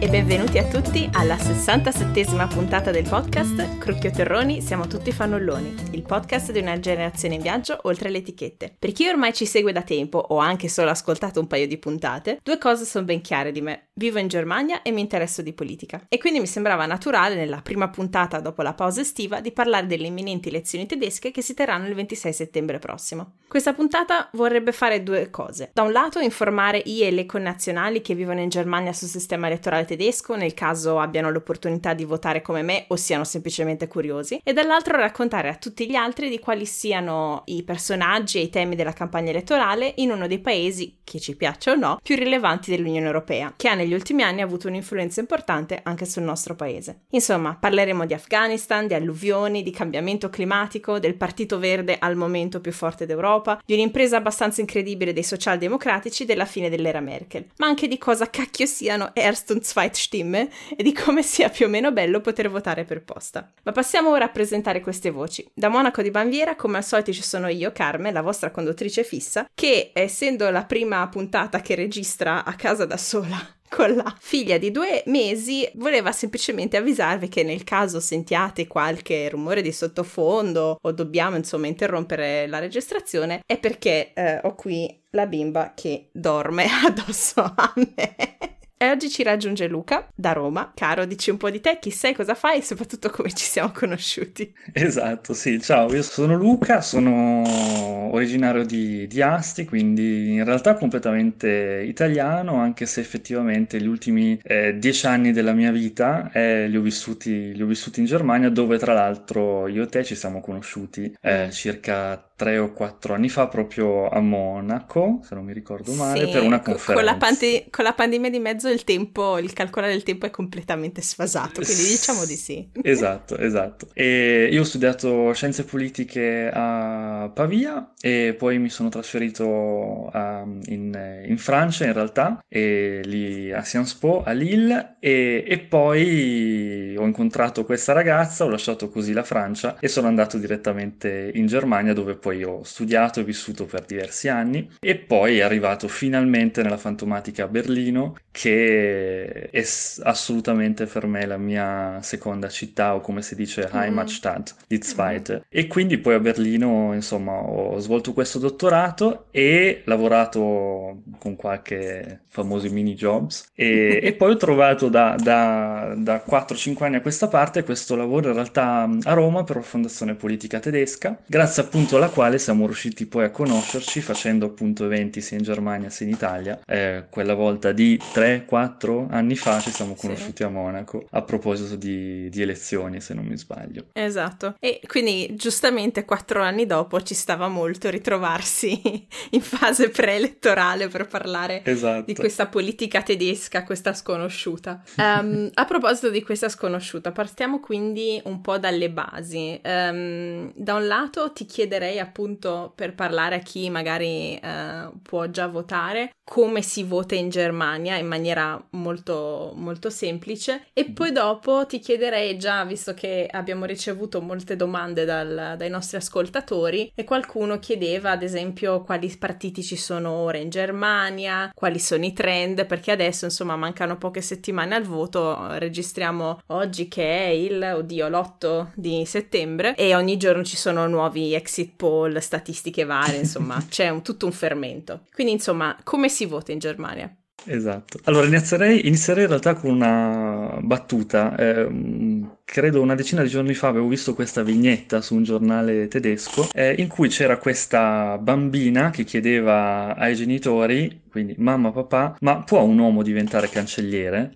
e benvenuti a tutti alla 67esima puntata del podcast Crucchio Terroni, siamo tutti fannulloni, il podcast di una generazione in viaggio oltre le etichette. Per chi ormai ci segue da tempo o anche solo ascoltato un paio di puntate, due cose sono ben chiare di me: vivo in Germania e mi interesso di politica. E quindi mi sembrava naturale, nella prima puntata dopo la pausa estiva, di parlare delle imminenti elezioni tedesche che si terranno il 26 settembre prossimo. Questa puntata vorrebbe fare due cose: da un lato informare i e le connazionali che vivono in Germania sul sistema elettorale tedesco, nel caso abbiano l'opportunità di votare come me o siano semplicemente curiosi, e dall'altro raccontare a tutti gli altri di quali siano i personaggi e i temi della campagna elettorale in uno dei paesi, che ci piaccia o no, più rilevanti dell'Unione Europea, che ha negli ultimi anni avuto un'influenza importante anche sul nostro paese. Insomma, parleremo di Afghanistan, di alluvioni, di cambiamento climatico, del Partito Verde al momento più forte d'Europa, di un'impresa abbastanza incredibile dei socialdemocratici della fine dell'era Merkel, ma anche di cosa cacchio siano Erst- und Zweitstimme e di come sia più o meno bello poter votare per posta. Ma passiamo ora a presentare queste voci. Da Monaco di Baviera, come al solito, ci sono io, Carme, la vostra conduttrice fissa, che, essendo la prima puntata che registra a casa da sola con la figlia di 2 mesi, voleva semplicemente avvisarvi che nel caso sentiate qualche rumore di sottofondo o dobbiamo insomma interrompere la registrazione, è perché ho qui la bimba che dorme addosso a me. E oggi ci raggiunge Luca da Roma. Caro, dici un po' di te, chi sei, cosa fai e soprattutto come ci siamo conosciuti. Esatto, sì, ciao, io sono Luca, sono originario di Asti, quindi in realtà completamente italiano, anche se effettivamente gli ultimi 10 anni della mia vita li ho vissuti in Germania, dove tra l'altro io e te ci siamo conosciuti circa 3 o 4 anni fa, proprio a Monaco, se non mi ricordo male, per Sì, una conferenza. con la pandemia di mezzo il calcolare del tempo è completamente sfasato, quindi diciamo di sì. Esatto, esatto. E io ho studiato scienze politiche a Pavia e poi mi sono trasferito in Francia in realtà, e lì a Sciences Po, a Lille, e poi ho incontrato questa ragazza, ho lasciato così la Francia e sono andato direttamente in Germania, dove poi ho studiato e vissuto per diversi anni, e poi è arrivato finalmente nella fantomatica Berlino, che è assolutamente per me la mia seconda città, o come si dice Mm, Heimatstadt, die mm. zweite. E quindi poi a Berlino, insomma, ho svolto questo dottorato e lavorato con qualche famosi mini jobs, e poi ho trovato da 4-5 anni a questa parte questo lavoro in realtà a Roma per la Fondazione Politica Tedesca, grazie appunto alla quale siamo riusciti poi a conoscerci facendo appunto eventi sia in Germania sia in Italia. Quella volta di 3-4 anni fa ci siamo Sì. conosciuti a Monaco a proposito di elezioni, se non mi sbaglio. Esatto, e quindi giustamente 4 anni dopo ci stava molto ritrovarsi in fase preelettorale per parlare di Esatto. questa politica tedesca, questa sconosciuta. A proposito di questa sconosciuta, partiamo quindi un po' dalle basi. Da un lato ti chiederei appunto, per parlare a chi magari può già votare, come si vota in Germania in maniera molto, molto semplice, e poi dopo ti chiederei, già visto che abbiamo ricevuto molte domande dai nostri ascoltatori e qualcuno chiedeva ad esempio quali partiti ci sono ora in Germania, quali sono i trend, perché adesso insomma mancano poche settimane al voto, registriamo oggi che è l'8 di settembre e ogni giorno ci sono nuovi exit poll, statistiche varie, insomma c'è tutto un fermento. Quindi insomma, come si vota in Germania? Esatto. Allora inizierei in realtà con una battuta. Credo una decina di giorni fa avevo visto questa vignetta su un giornale tedesco, in cui c'era questa bambina che chiedeva ai genitori, quindi mamma, papà, ma può un uomo diventare cancelliere?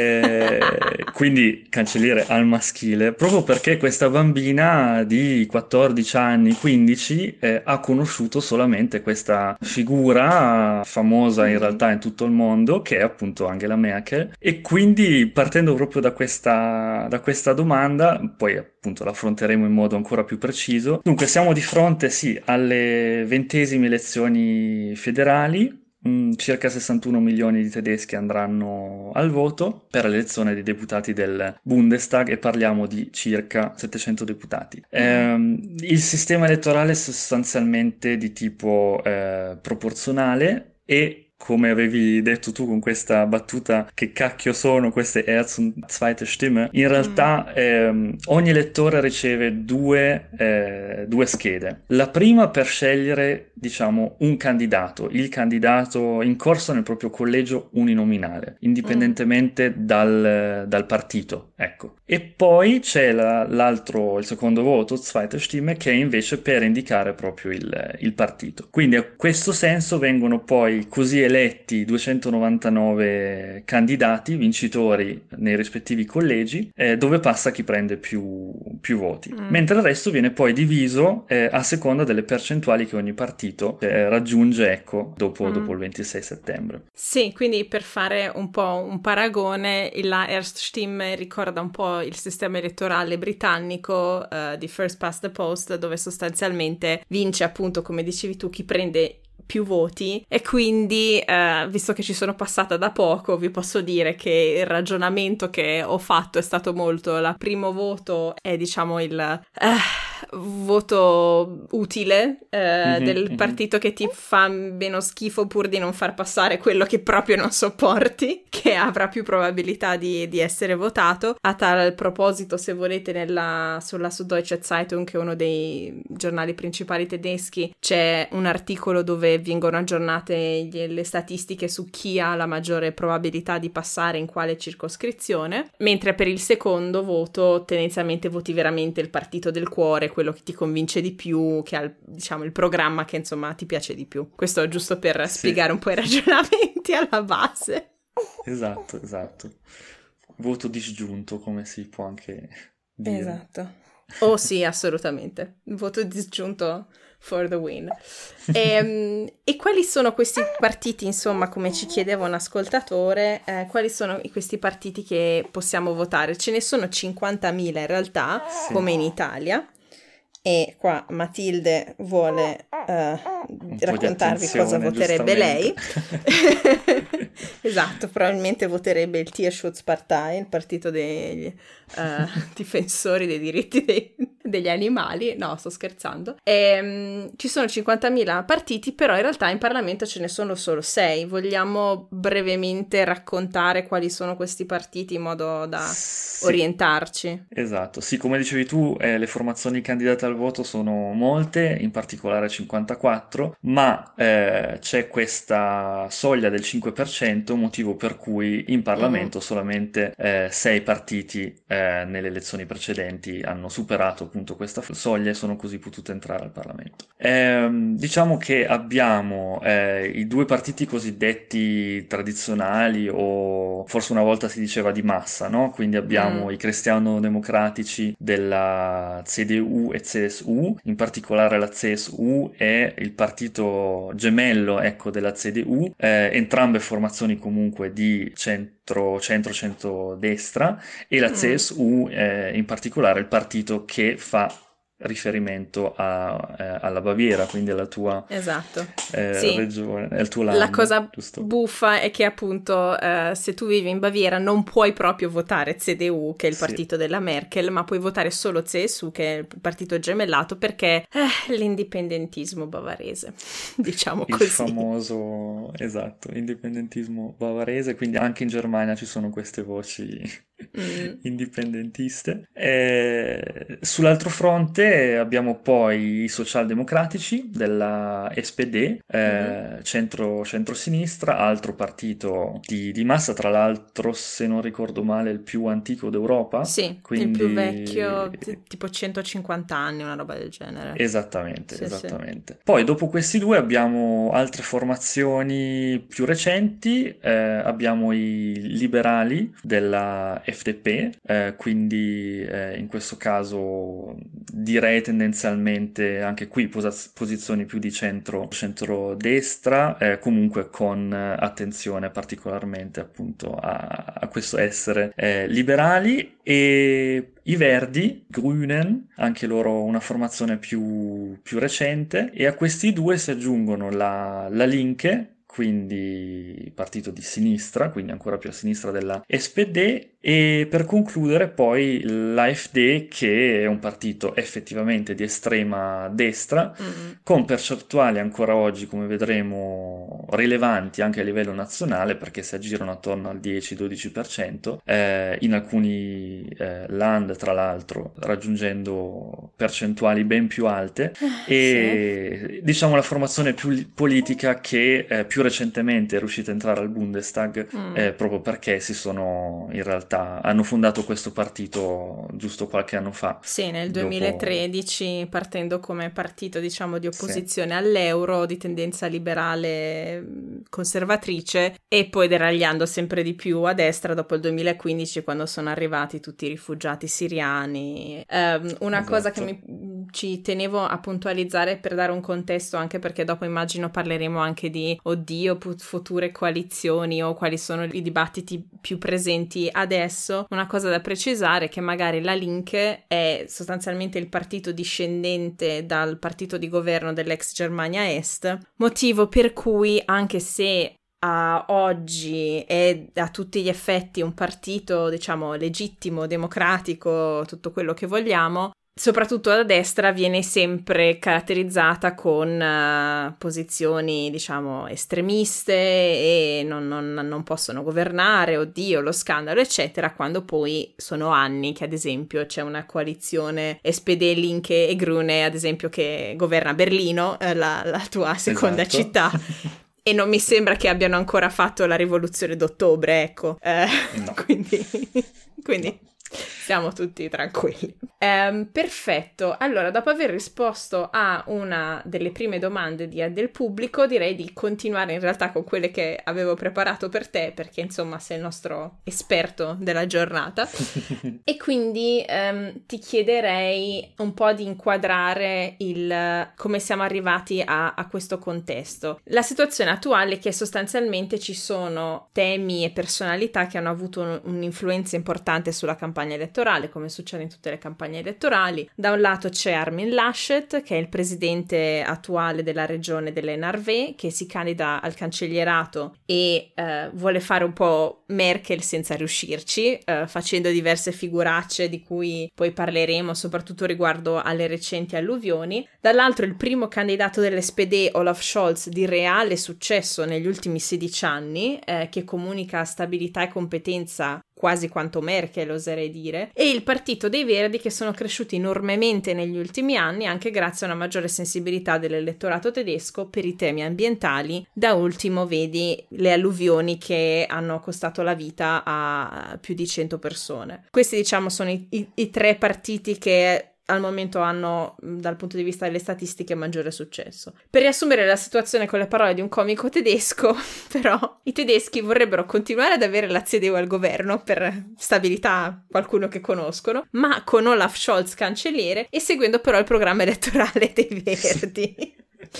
Quindi cancelliere al maschile, proprio perché questa bambina di 14 anni, 15, ha conosciuto solamente questa figura famosa in Mhm. realtà in tutto il mondo, che è appunto Angela Merkel. E quindi partendo proprio da questa domanda, poi appunto la affronteremo in modo ancora più preciso. Dunque siamo di fronte, sì, alle 20esime elezioni federali. Circa 61 milioni di tedeschi andranno al voto per l'elezione dei deputati del Bundestag, e parliamo di circa 700 deputati. Mhm. Il sistema elettorale è sostanzialmente di tipo proporzionale, e come avevi detto tu con questa battuta, che cacchio sono queste Erz- und zweite Stimme, in realtà ogni elettore riceve due schede. La prima per scegliere, diciamo, un candidato, il candidato in corso nel proprio collegio uninominale, indipendentemente dal partito, ecco. E poi c'è il secondo voto, zweite Stimme, che è invece per indicare proprio il partito. Quindi a questo senso vengono poi così eletti 299 candidati vincitori nei rispettivi collegi, dove passa chi prende più voti. Mentre il resto viene poi diviso a seconda delle percentuali che ogni partito raggiunge, ecco, dopo il 26 settembre. Sì, quindi per fare un po' un paragone, la Erststimme ricorda un po' il sistema elettorale britannico di First Past the Post, dove sostanzialmente vince appunto, come dicevi tu, chi prende più voti, e quindi visto che ci sono passata da poco, vi posso dire che il ragionamento che ho fatto è stato molto: il primo voto è, diciamo, il voto utile del partito che ti fa meno schifo pur di non far passare quello che proprio non sopporti, che avrà più probabilità di essere votato. A tal proposito, se volete, sulla Süddeutsche Zeitung, che è uno dei giornali principali tedeschi, c'è un articolo dove vengono aggiornate le statistiche su chi ha la maggiore probabilità di passare in quale circoscrizione, mentre per il secondo voto tendenzialmente voti veramente il partito del cuore, quello che ti convince di più, che ha, diciamo, il programma che insomma ti piace di più. Questo è giusto per spiegare un po' i ragionamenti alla base. Esatto. Voto disgiunto, come si può anche dire. Esatto. Oh sì, assolutamente. Voto disgiunto for the win. E quali sono questi partiti, insomma, come ci chiedeva un ascoltatore, quali sono questi partiti che possiamo votare? Ce ne sono 50.000 in realtà, Sì. come in Italia. E qua Matilde vuole raccontarvi cosa voterebbe lei. Esatto, probabilmente voterebbe il Tierschutzpartei, il partito degli difensori dei diritti degli animali. No, sto scherzando. Ci sono 50.000 partiti, però in realtà in Parlamento ce ne sono solo 6. Vogliamo brevemente raccontare quali sono questi partiti in modo da orientarci? Esatto, sì, come dicevi tu, le formazioni candidate al voto sono molte, in particolare 54, ma c'è questa soglia del 5%, motivo per cui in Parlamento solamente 6 partiti nelle elezioni precedenti hanno superato appunto questa soglia e sono così potute entrare al Parlamento. Diciamo che abbiamo i due partiti cosiddetti tradizionali, o forse una volta si diceva di massa, no? Quindi abbiamo i cristiano-democratici della CDU e CSU, in particolare la CSU è il partito gemello, ecco, della CDU, entrambe formazioni comunque di centro-destra, e la CSU è in particolare il partito che fa riferimento alla Baviera, quindi alla tua Esatto. Sì. regione, al tuo La land, cosa giusto? buffa è che appunto se tu vivi in Baviera non puoi proprio votare CDU, che è il partito della Merkel, ma puoi votare solo CSU, che è il partito gemellato, perché l'indipendentismo bavarese, diciamo Il così. famoso, esatto, indipendentismo bavarese, quindi anche in Germania ci sono queste voci indipendentiste. Sull'altro fronte abbiamo poi i socialdemocratici della SPD, centro-sinistra, altro partito di massa, tra l'altro, se non ricordo male, il più antico d'Europa. Sì, quindi... il più vecchio, tipo 150 anni, una roba del genere. Esattamente, Sì, esattamente. Sì. Poi dopo questi due abbiamo altre formazioni più recenti, abbiamo i liberali della FDP, quindi in questo caso direi tendenzialmente anche qui posizioni più di centro-destra, comunque con attenzione particolarmente appunto a questo essere liberali, e i Verdi, Grünen, anche loro una formazione più recente, e a questi due si aggiungono la Linke, quindi partito di sinistra, quindi ancora più a sinistra della SPD, e per concludere poi l'AfD, che è un partito effettivamente di estrema destra, con percentuali ancora oggi, come vedremo, rilevanti anche a livello nazionale, perché si aggirano attorno al 10-12%, in alcuni land, tra l'altro, raggiungendo percentuali ben più alte, e diciamo la formazione più politica che più recentemente è riuscita a entrare al Bundestag, proprio perché in realtà hanno fondato questo partito giusto qualche anno fa. Sì, nel dopo... 2013, partendo come partito, diciamo, di opposizione Sì. all'euro, di tendenza liberale conservatrice, e poi deragliando sempre di più a destra dopo il 2015, quando sono arrivati tutti i rifugiati siriani. Una cosa che ci tenevo a puntualizzare per dare un contesto, anche perché dopo immagino parleremo anche di future coalizioni o quali sono i dibattiti più presenti adesso. Una cosa da precisare è che magari la Link è sostanzialmente il partito discendente dal partito di governo dell'ex Germania Est, motivo per cui, anche se a oggi è a tutti gli effetti un partito, diciamo, legittimo, democratico, tutto quello che vogliamo, soprattutto la destra viene sempre caratterizzata con posizioni, diciamo, estremiste e non possono governare, oddio, lo scandalo, eccetera, quando poi sono anni che, ad esempio, c'è una coalizione SPD, Linke e Grüne, ad esempio, che governa Berlino, la tua seconda città. E non mi sembra che abbiano ancora fatto la rivoluzione d'ottobre, ecco. No. Quindi siamo tutti tranquilli. Perfetto. Allora, dopo aver risposto a una delle prime domande del pubblico, direi di continuare in realtà con quelle che avevo preparato per te, perché insomma sei il nostro esperto della giornata. E quindi ti chiederei un po' di inquadrare come siamo arrivati a questo contesto. La situazione attuale è che sostanzialmente ci sono temi e personalità che hanno avuto un'influenza importante sulla campagna elettorale, come succede in tutte le campagne elettorali. Da un lato c'è Armin Laschet, che è il presidente attuale della regione dell'NRV, che si candida al cancellierato e vuole fare un po' Merkel senza riuscirci, facendo diverse figuracce di cui poi parleremo, soprattutto riguardo alle recenti alluvioni. Dall'altro il primo candidato dell'SPD, Olaf Scholz, di reale successo negli ultimi 16 anni, che comunica stabilità e competenza quasi quanto Merkel, oserei dire, e il Partito dei Verdi, che sono cresciuti enormemente negli ultimi anni anche grazie a una maggiore sensibilità dell'elettorato tedesco per i temi ambientali. Da ultimo vedi le alluvioni che hanno costato la vita a più di 100 persone. Questi, diciamo, sono i tre partiti che al momento hanno, dal punto di vista delle statistiche, maggiore successo. Per riassumere la situazione con le parole di un comico tedesco, però, i tedeschi vorrebbero continuare ad avere la CDU al governo per stabilità, qualcuno che conoscono, ma con Olaf Scholz cancelliere e seguendo però il programma elettorale dei Verdi.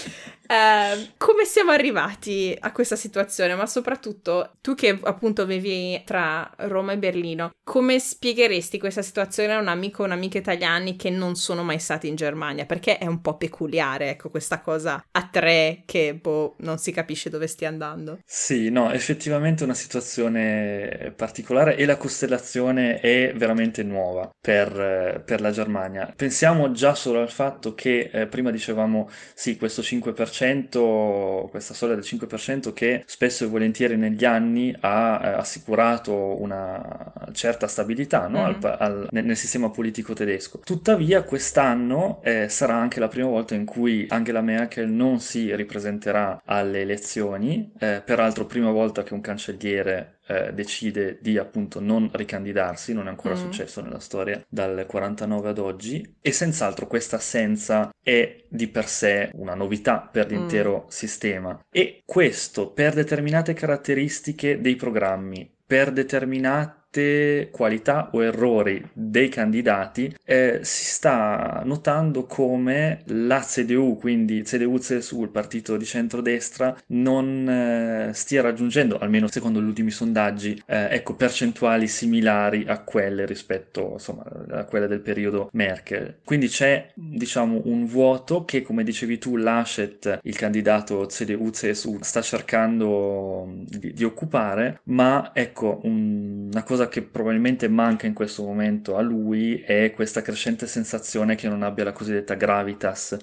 Come siamo arrivati a questa situazione? Ma soprattutto tu, che appunto vivi tra Roma e Berlino, come spiegheresti questa situazione a un amico o un'amica italiani che non sono mai stati in Germania? Perché è un po' peculiare, ecco, questa cosa a tre che non si capisce dove stia andando. Sì, no, effettivamente è una situazione particolare e la costellazione è veramente nuova per la Germania. Pensiamo già solo al fatto che prima dicevamo sì, questo 5%, questa soglia del 5% che spesso e volentieri negli anni ha assicurato una certa stabilità, no? Nel sistema politico tedesco. Tuttavia quest'anno sarà anche la prima volta in cui Angela Merkel non si ripresenterà alle elezioni, peraltro prima volta che un cancelliere decide di appunto non ricandidarsi, non è ancora successo nella storia dal 49 ad oggi, e senz'altro questa assenza è di per sé una novità per l'intero sistema, e questo per determinate caratteristiche dei programmi, per determinate certe qualità o errori dei candidati si sta notando come la CDU, quindi CDU-CSU, il partito di centrodestra, non stia raggiungendo, almeno secondo gli ultimi sondaggi, percentuali similari a quelle rispetto, insomma, a quelle del periodo Merkel. Quindi c'è, diciamo, un vuoto che, come dicevi tu, Laschet, il candidato CDU-CSU, sta cercando di occupare, ma ecco, una cosa che probabilmente manca in questo momento a lui è questa crescente sensazione che non abbia la cosiddetta gravitas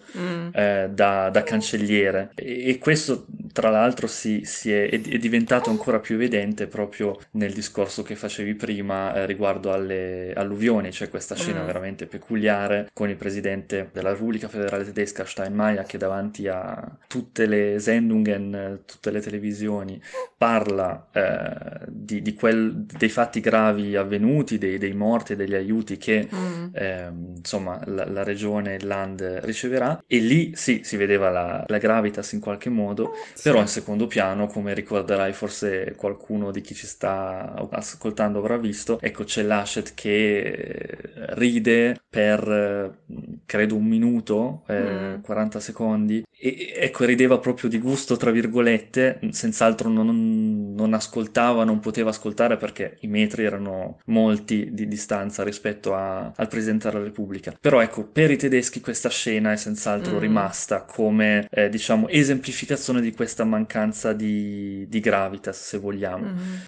da cancelliere, e questo tra l'altro è diventato ancora più evidente proprio nel discorso che facevi prima riguardo alle alluvioni. C'è questa scena veramente peculiare con il presidente della Repubblica Federale Tedesca Steinmeier che davanti a tutte le Sendungen, tutte le televisioni, parla dei fatti gravi avvenuti, dei morti e degli aiuti che insomma la regione, il Land riceverà, e lì sì, si vedeva la gravitas in qualche modo, però in secondo piano, come ricorderai, forse qualcuno di chi ci sta ascoltando avrà visto, ecco, c'è Laschet che ride per credo un minuto, 40 secondi, e ecco, rideva proprio di gusto, tra virgolette, senz'altro non ascoltava, non poteva ascoltare perché i metri erano molti di distanza rispetto al Presidente della Repubblica. Però ecco, per i tedeschi questa scena è senz'altro rimasta come, diciamo, esemplificazione di questa mancanza di gravitas, se vogliamo.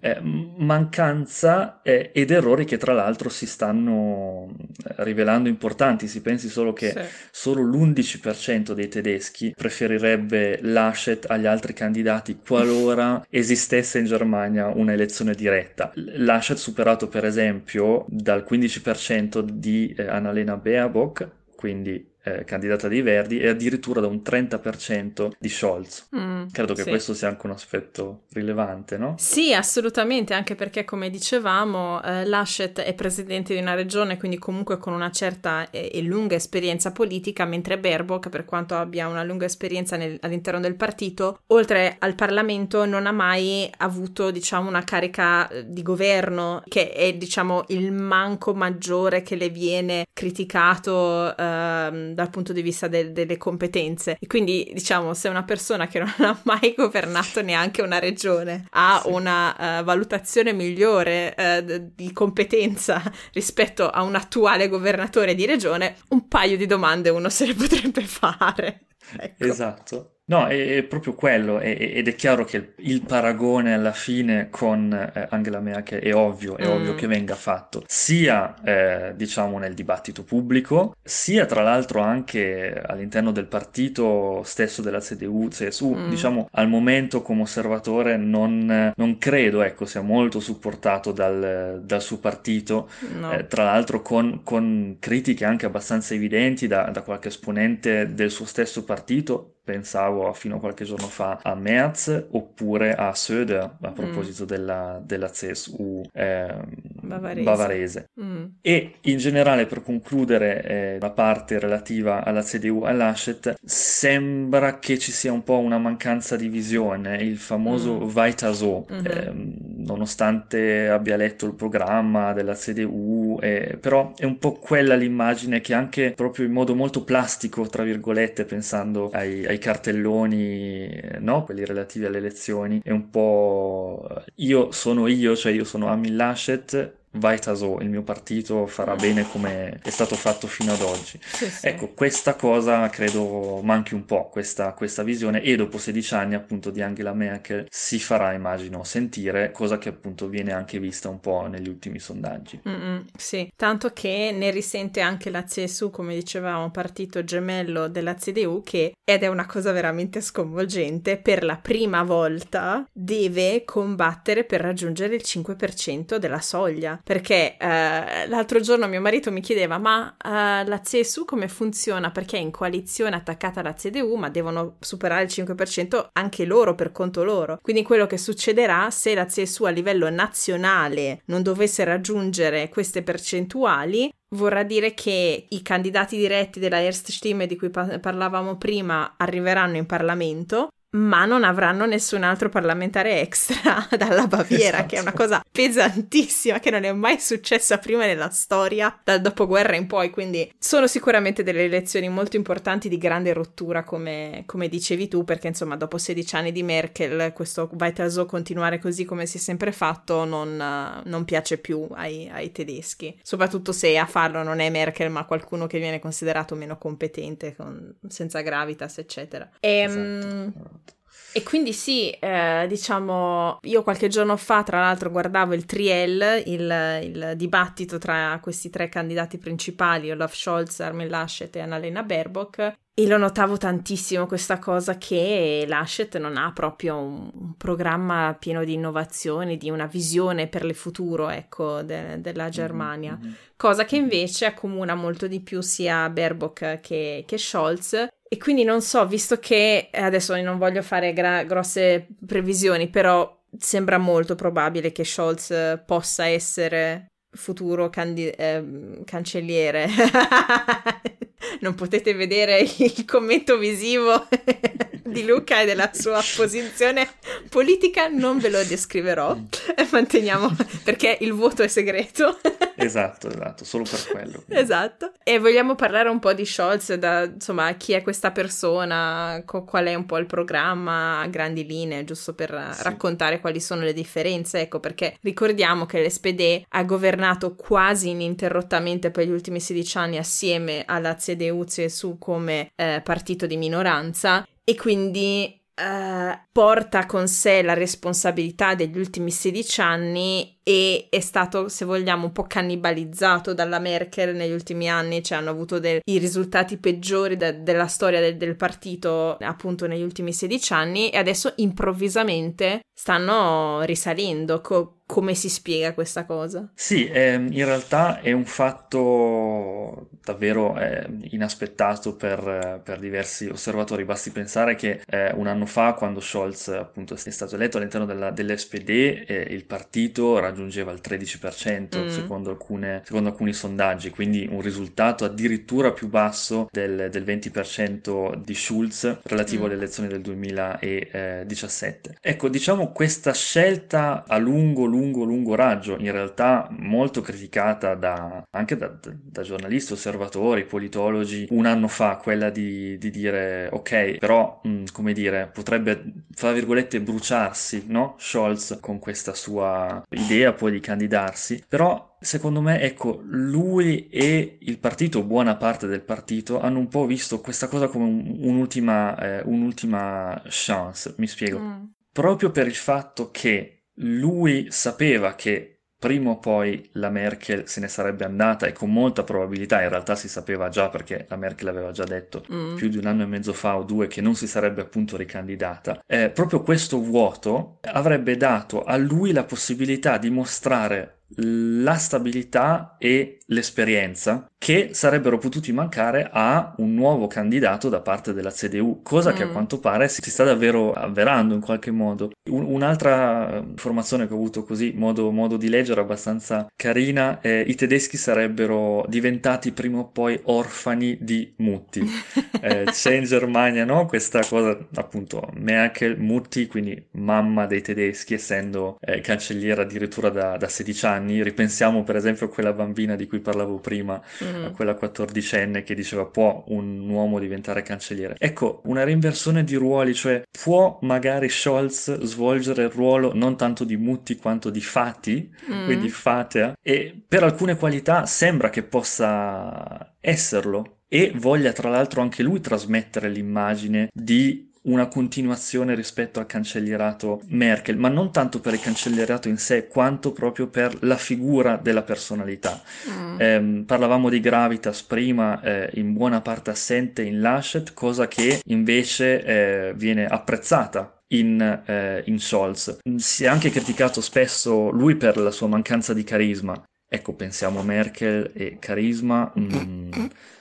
Mancanza ed errori che tra l'altro si stanno rivelando importanti. Si pensi solo che solo l'11% dei tedeschi preferirebbe Laschet agli altri candidati qualora esistesse in Germania una elezione diretta. Laschet superato per esempio dal 15% di Annalena Baerbock, quindi candidata dei Verdi, e addirittura da un 30% di Scholz. Credo che questo sia anche un aspetto rilevante, no? Sì, assolutamente, anche perché, come dicevamo, Laschet è presidente di una regione, quindi comunque con una certa e lunga esperienza politica, mentre Baerbock, per quanto abbia una lunga esperienza all'interno del partito, oltre al Parlamento non ha mai avuto, diciamo, una carica di governo, che è, diciamo, il manco maggiore che le viene criticato dal punto di vista delle competenze. E quindi, diciamo, se una persona che non ha mai governato neanche una regione ha una valutazione migliore di competenza rispetto a un attuale governatore di regione, un paio di domande uno se le potrebbe fare. Ecco. Esatto. No, è proprio quello, ed è chiaro che il paragone alla fine con Angela Merkel è ovvio che venga fatto, sia diciamo nel dibattito pubblico, sia tra l'altro anche all'interno del partito stesso della CDU-CSU. Diciamo, al momento come osservatore non credo, ecco, sia molto supportato dal suo partito, No. tra l'altro con critiche anche abbastanza evidenti da qualche esponente del suo stesso partito. Pensavo fino a qualche giorno fa a Merz oppure a Söder a proposito della CSU bavarese. E in generale, per concludere la parte relativa alla CDU e all'Laschet, sembra che ci sia un po' una mancanza di visione, il famoso Weiter so, nonostante abbia letto il programma della CDU, però è un po' quella l'immagine che anche proprio in modo molto plastico, tra virgolette, pensando ai cartelloni, no? Quelli relativi alle elezioni, è un po' cioè io sono Armin Laschet, Weiter so, il mio partito farà bene come è stato fatto fino ad oggi. Sì. Ecco, questa cosa credo manchi un po', questa visione, e dopo 16 anni appunto di Angela Merkel si farà, immagino, sentire, cosa che appunto viene anche vista un po' negli ultimi sondaggi. Sì, tanto che ne risente anche la CSU, come dicevamo, partito gemello della CDU, ed è una cosa veramente sconvolgente, per la prima volta deve combattere per raggiungere il 5% della soglia. Perché l'altro giorno mio marito mi chiedeva ma la CSU come funziona? Perché è in coalizione attaccata alla CDU, ma devono superare il 5% anche loro per conto loro. Quindi quello che succederà se la CSU a livello nazionale non dovesse raggiungere queste percentuali, vorrà dire che i candidati diretti della Erststimme di cui parlavamo prima arriveranno in Parlamento, ma non avranno nessun altro parlamentare extra dalla Baviera, esatto. Che è una cosa pesantissima, che non è mai successa prima nella storia, dal dopoguerra in poi, quindi sono sicuramente delle elezioni molto importanti di grande rottura, come dicevi tu, perché insomma dopo 16 anni di Merkel questo Weiter so, continuare così come si è sempre fatto, non piace più ai tedeschi, soprattutto se a farlo non è Merkel ma qualcuno che viene considerato meno competente, senza gravitas eccetera. E quindi sì, diciamo, io qualche giorno fa tra l'altro guardavo il Triell, il dibattito tra questi 3 candidati principali, Olaf Scholz, Armin Laschet e Annalena Baerbock, e lo notavo tantissimo questa cosa che Laschet non ha proprio un programma pieno di innovazioni, di una visione per il futuro, ecco, della Germania, cosa che invece accomuna molto di più sia Baerbock che Scholz. E quindi non so, visto che adesso non voglio fare grosse previsioni, però sembra molto probabile che Scholz possa essere futuro cancelliere. Non potete vedere il commento visivo di Luca e della sua posizione politica, non ve lo descriverò, manteniamo, perché il voto è segreto. Esatto, solo per quello. Esatto. E vogliamo parlare un po' di Scholz, insomma, chi è questa persona, qual è un po' il programma a grandi linee, giusto per raccontare quali sono le differenze, ecco, perché ricordiamo che l'SPD ha governato quasi ininterrottamente per gli ultimi 16 anni assieme alla CDU-CSU come partito di minoranza, e quindi porta con sé la responsabilità degli ultimi 16 anni e è stato, se vogliamo, un po' cannibalizzato dalla Merkel negli ultimi anni, cioè hanno avuto i risultati peggiori della storia del partito appunto negli ultimi 16 anni, e adesso improvvisamente stanno risalendo. Come si spiega questa cosa? Sì, in realtà è un fatto davvero inaspettato per diversi osservatori. Basti pensare che un anno fa, quando Scholz appunto è stato eletto all'interno dell'SPD, il partito raggiungeva il 13% secondo alcuni sondaggi, quindi un risultato addirittura più basso del 20% di Schulz relativo alle elezioni del 2017. Ecco, diciamo, questa scelta a lungo raggio, in realtà molto criticata anche da giornalisti, osservatori, politologi, un anno fa, quella di dire ok, però come dire, potrebbe, fra virgolette, bruciarsi, no? Scholz con questa sua idea poi di candidarsi, però secondo me, ecco, lui e il partito, buona parte del partito, hanno un po' visto questa cosa come un'ultima chance, mi spiego. Proprio per il fatto che lui sapeva che prima o poi la Merkel se ne sarebbe andata, e con molta probabilità, in realtà si sapeva già perché la Merkel aveva già detto più di un anno e mezzo fa o 2 che non si sarebbe appunto ricandidata, proprio questo vuoto avrebbe dato a lui la possibilità di mostrare la stabilità e l'esperienza che sarebbero potuti mancare a un nuovo candidato da parte della CDU, cosa che a quanto pare si sta davvero avverando in qualche modo. Un'altra informazione che ho avuto così, modo di leggere abbastanza carina, i tedeschi sarebbero diventati prima o poi orfani di Mutti. C'è in Germania, no? Questa cosa, appunto, Merkel, Mutti, quindi mamma dei tedeschi, essendo cancelliera addirittura da 16 anni. Ripensiamo per esempio a quella bambina di cui parlavo prima, a quella 14enne che diceva: può un uomo diventare cancelliere? Ecco, una reinversione di ruoli, cioè può magari Scholz svolgere il ruolo non tanto di Mutti quanto di Fati, quindi Fatea, e per alcune qualità sembra che possa esserlo, e voglia tra l'altro anche lui trasmettere l'immagine di una continuazione rispetto al cancellierato Merkel, ma non tanto per il cancellierato in sé quanto proprio per la figura della personalità. Parlavamo di gravitas prima, in buona parte assente in Laschet, cosa che invece viene apprezzata in Scholz. Si è anche criticato spesso lui per la sua mancanza di carisma. Ecco, pensiamo a Merkel e carisma.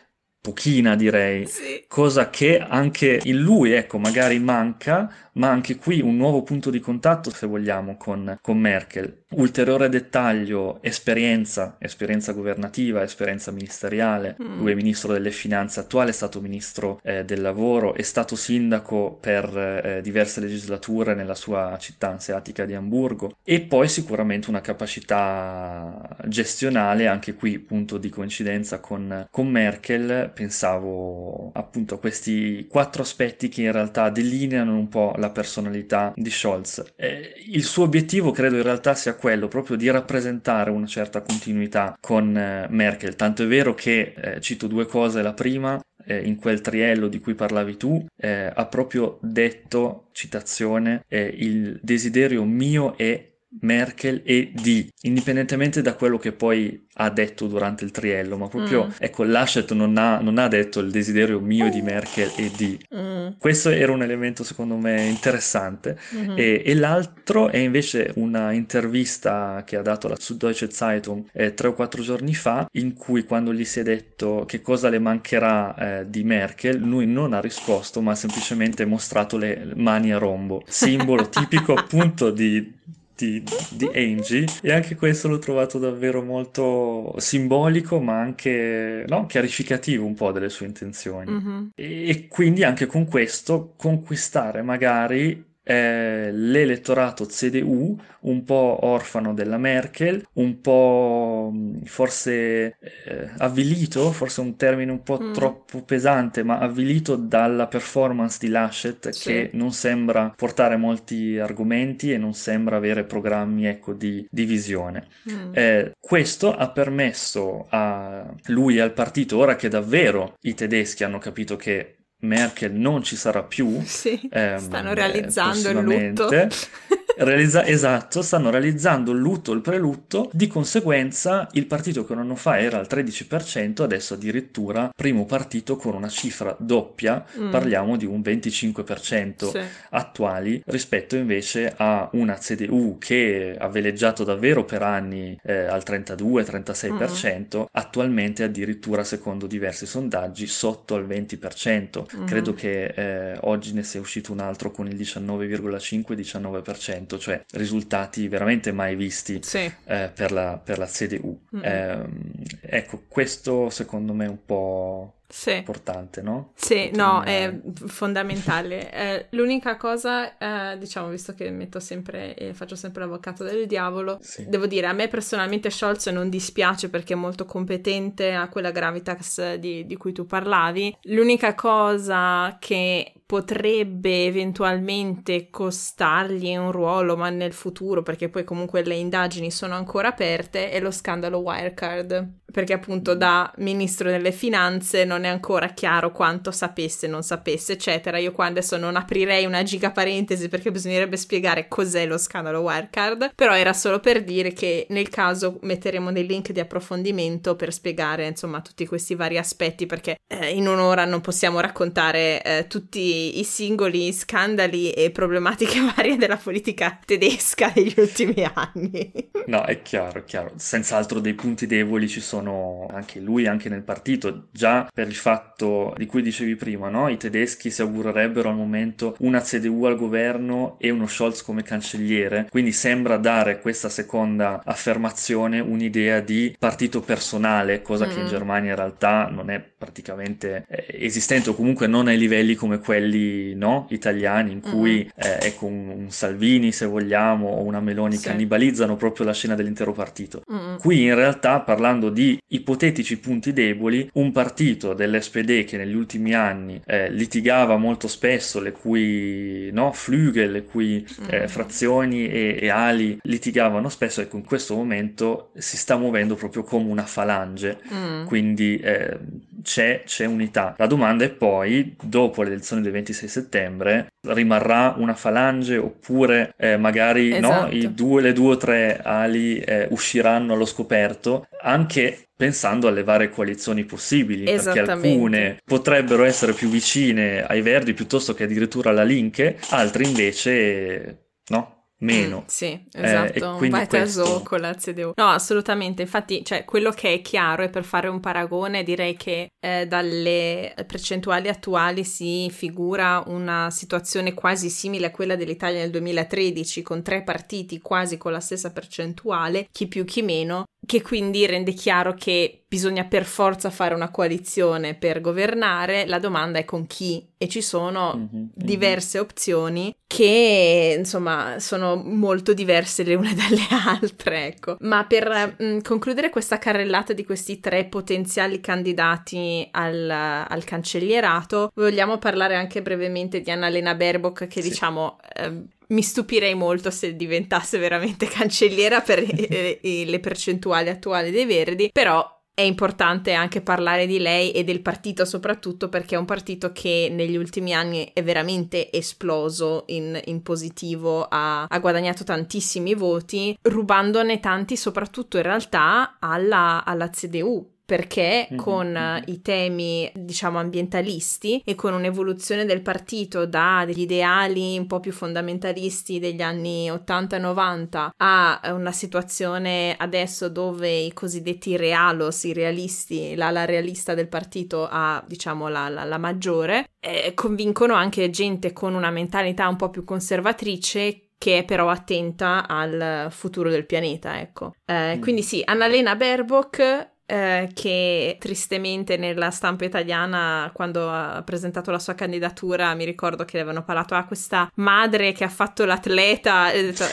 pochina direi, Sì. cosa che anche in lui, ecco, magari manca, ma anche qui un nuovo punto di contatto, se vogliamo, con Merkel. Ulteriore dettaglio, esperienza governativa, esperienza ministeriale. Lui è ministro delle finanze attuale, è stato ministro del lavoro, è stato sindaco per diverse legislature nella sua città anseatica di Amburgo, e poi sicuramente una capacità gestionale, anche qui punto di coincidenza con Merkel. Pensavo appunto a questi 4 aspetti che in realtà delineano un po' la personalità di Scholz. Il suo obiettivo credo in realtà sia quello proprio di rappresentare una certa continuità con Merkel, tanto è vero che, cito 2 cose, la prima, in quel triello di cui parlavi tu, ha proprio detto, citazione, il desiderio mio è Merkel e di, indipendentemente da quello che poi ha detto durante il triello, ma proprio, ecco, Laschet non ha detto il desiderio mio di Merkel e di. Questo era un elemento secondo me interessante. E l'altro è invece una intervista che ha dato la Süddeutsche Zeitung 3 o 4 giorni fa, in cui, quando gli si è detto che cosa le mancherà di Merkel, lui non ha risposto, ma ha semplicemente mostrato le mani a rombo, simbolo tipico appunto di Angie, e anche questo l'ho trovato davvero molto simbolico, ma anche, no, chiarificativo un po' delle sue intenzioni. E quindi anche con questo conquistare magari l'elettorato CDU, un po' orfano della Merkel, un po' forse avvilito, forse un termine un po' troppo pesante, ma avvilito dalla performance di Laschet, Sì. che non sembra portare molti argomenti e non sembra avere programmi, ecco, di visione. Questo ha permesso a lui e al partito, ora che davvero i tedeschi hanno capito che Merkel non ci sarà più, Sì, stanno realizzando il lutto. prossimamente. Esatto, stanno realizzando il lutto, il prelutto. Di conseguenza il partito che un anno fa era al 13%, adesso addirittura primo partito con una cifra doppia, parliamo di un 25% Sì. attuali, rispetto invece a una CDU che ha veleggiato davvero per anni al 32-36%, attualmente addirittura, secondo diversi sondaggi, sotto al 20%. Credo che oggi ne sia uscito un altro con il 19,5-19%, cioè risultati veramente mai visti Sì. per la CDU. Ecco, questo secondo me è un po' Sì. importante, no? Sì, no, è fondamentale. L'unica cosa, diciamo, visto che faccio sempre l'avvocato del diavolo, Sì. devo dire, a me personalmente Scholz non dispiace perché è molto competente, ha quella gravitas di cui tu parlavi. L'unica cosa che potrebbe eventualmente costargli un ruolo, ma nel futuro, perché poi comunque le indagini sono ancora aperte, è lo scandalo Wirecard, perché appunto da ministro delle finanze non è ancora chiaro quanto sapesse, non sapesse, eccetera. Io qua adesso non aprirei una giga parentesi perché bisognerebbe spiegare cos'è lo scandalo Wirecard, però era solo per dire che nel caso metteremo dei link di approfondimento per spiegare insomma tutti questi vari aspetti, perché in un'ora non possiamo raccontare tutti i singoli scandali e problematiche varie della politica tedesca degli ultimi anni. No, è chiaro. Senz'altro dei punti deboli ci sono anche lui, anche nel partito, già per il fatto di cui dicevi prima, no? I tedeschi si augurerebbero al momento una CDU al governo e uno Scholz come cancelliere, quindi sembra dare questa seconda affermazione un'idea di partito personale, cosa che in Germania in realtà non è praticamente esistente, o comunque non ai livelli come quelli, no, italiani, in cui ecco, un Salvini, se vogliamo, o una Meloni cannibalizzano proprio la scena dell'intero partito. Qui in realtà, parlando di ipotetici punti deboli, un partito dell'SPD che negli ultimi anni litigava molto spesso, le cui Flügel, le cui frazioni e ali litigavano spesso, ecco, in questo momento si sta muovendo proprio come una falange, quindi c'è unità. La domanda è poi, dopo le elezioni del 26 settembre, rimarrà una falange oppure magari Esatto. le 2 o 3 ali usciranno allo scoperto, anche pensando alle varie coalizioni possibili, perché alcune potrebbero essere più vicine ai Verdi piuttosto che addirittura alla Linke, altre invece no, meno. Sì, esatto, un Weiter con la CDU. No, assolutamente, infatti, cioè, quello che è chiaro è, per fare un paragone, direi che dalle percentuali attuali si figura una situazione quasi simile a quella dell'Italia nel 2013, con 3 partiti quasi con la stessa percentuale, chi più chi meno, che quindi rende chiaro che bisogna per forza fare una coalizione per governare. La domanda è con chi, e ci sono diverse opzioni che insomma sono molto diverse le une dalle altre, ecco. Ma per concludere questa carrellata di questi 3 potenziali candidati al cancellierato, vogliamo parlare anche brevemente di Annalena Baerbock, che diciamo mi stupirei molto se diventasse veramente cancelliera per le percentuali attuali dei Verdi, però è importante anche parlare di lei e del partito, soprattutto perché è un partito che negli ultimi anni è veramente esploso in positivo, ha guadagnato tantissimi voti, rubandone tanti soprattutto in realtà alla CDU. Perché con i temi, diciamo, ambientalisti e con un'evoluzione del partito da degli ideali un po' più fondamentalisti degli anni 80-90 a una situazione adesso dove i cosiddetti realos, i realisti, l'ala realista del partito ha, diciamo, la maggiore, convincono anche gente con una mentalità un po' più conservatrice, che è però attenta al futuro del pianeta, ecco. Quindi sì, Annalena Baerbock, che tristemente nella stampa italiana, quando ha presentato la sua candidatura, mi ricordo che le avevano parlato questa madre che ha fatto l'atleta, e ho detto,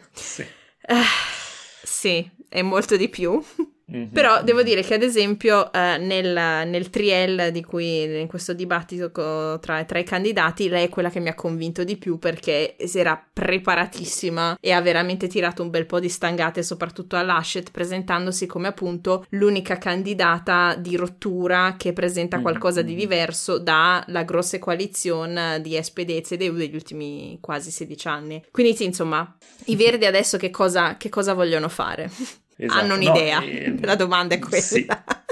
sì, è molto di più. Però devo dire che ad esempio nel triel di cui in questo dibattito tra i candidati, lei è quella che mi ha convinto di più, perché si era preparatissima e ha veramente tirato un bel po' di stangate, soprattutto all'Laschet, presentandosi come appunto l'unica candidata di rottura che presenta qualcosa di diverso dalla grossa coalizione di SPD e CDU degli ultimi quasi 16 anni. Quindi sì, insomma, i Verdi adesso che cosa vogliono fare? Esatto. Hanno un'idea, la domanda è quella. Sì.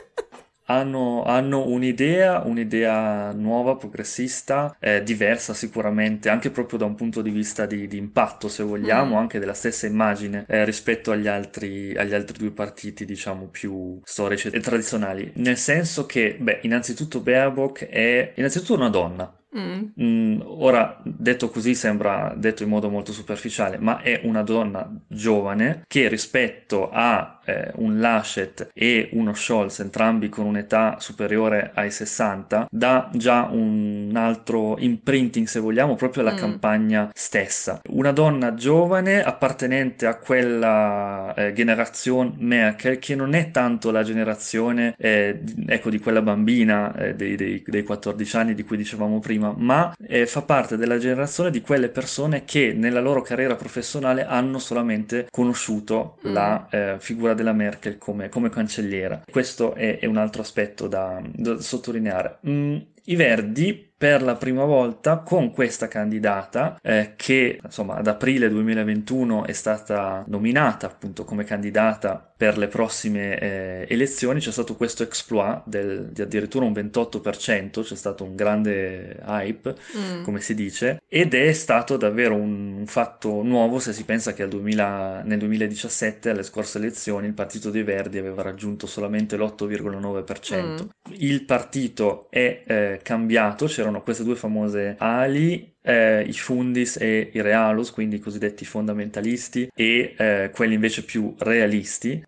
Hanno un'idea nuova, progressista, diversa sicuramente, anche proprio da un punto di vista di impatto, se vogliamo, anche della stessa immagine rispetto agli altri 2 partiti, diciamo, più storici e tradizionali. Nel senso che, innanzitutto Baerbock è innanzitutto una donna. Ora, detto così sembra detto in modo molto superficiale, ma è una donna giovane che rispetto a un Laschet e uno Scholz, entrambi con un'età superiore ai 60, dà già un altro imprinting, se vogliamo, proprio alla campagna stessa. Una donna giovane appartenente a quella generazione Merkel, che non è tanto la generazione ecco, di quella bambina dei 14 anni di cui dicevamo prima, ma fa parte della generazione di quelle persone che nella loro carriera professionale hanno solamente conosciuto la figura della Merkel come cancelliera. Questo è un altro aspetto da sottolineare. I Verdi per la prima volta con questa candidata che insomma ad aprile 2021 è stata nominata appunto come candidata per le prossime elezioni, c'è stato questo exploit di addirittura un 28%, c'è stato un grande hype, come si dice, ed è stato davvero un fatto nuovo se si pensa che nel 2017 alle scorse elezioni il Partito dei Verdi aveva raggiunto solamente l'8,9%. Il partito è cambiato, c'erano queste 2 famose ali, i Fundis e i Realos, quindi i cosiddetti fondamentalisti, e quelli invece più realisti.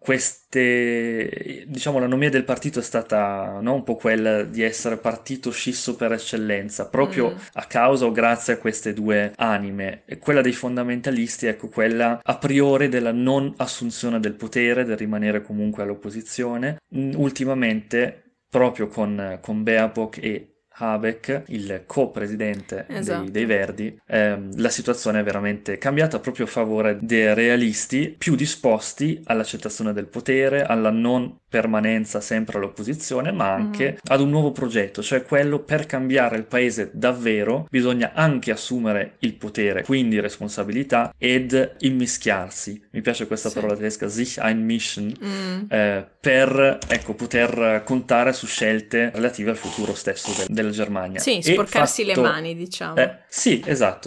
Diciamo, l'anomia del partito è stata un po' quella di essere partito scisso per eccellenza, proprio a causa o grazie a queste 2 anime. E quella dei fondamentalisti, ecco, quella a priori della non assunzione del potere, del rimanere comunque all'opposizione. Ultimamente, proprio con Baerbock e Habeck, il co-presidente dei Verdi, la situazione è veramente cambiata proprio a favore dei realisti più disposti all'accettazione del potere, alla non permanenza sempre all'opposizione, ma anche ad un nuovo progetto, cioè quello per cambiare il paese davvero bisogna anche assumere il potere, quindi responsabilità ed immischiarsi. Mi piace questa parola tedesca, sich einmischen, per poter contare su scelte relative al futuro stesso della Germania. Sì, sporcarsi le mani, diciamo. Sì, esatto.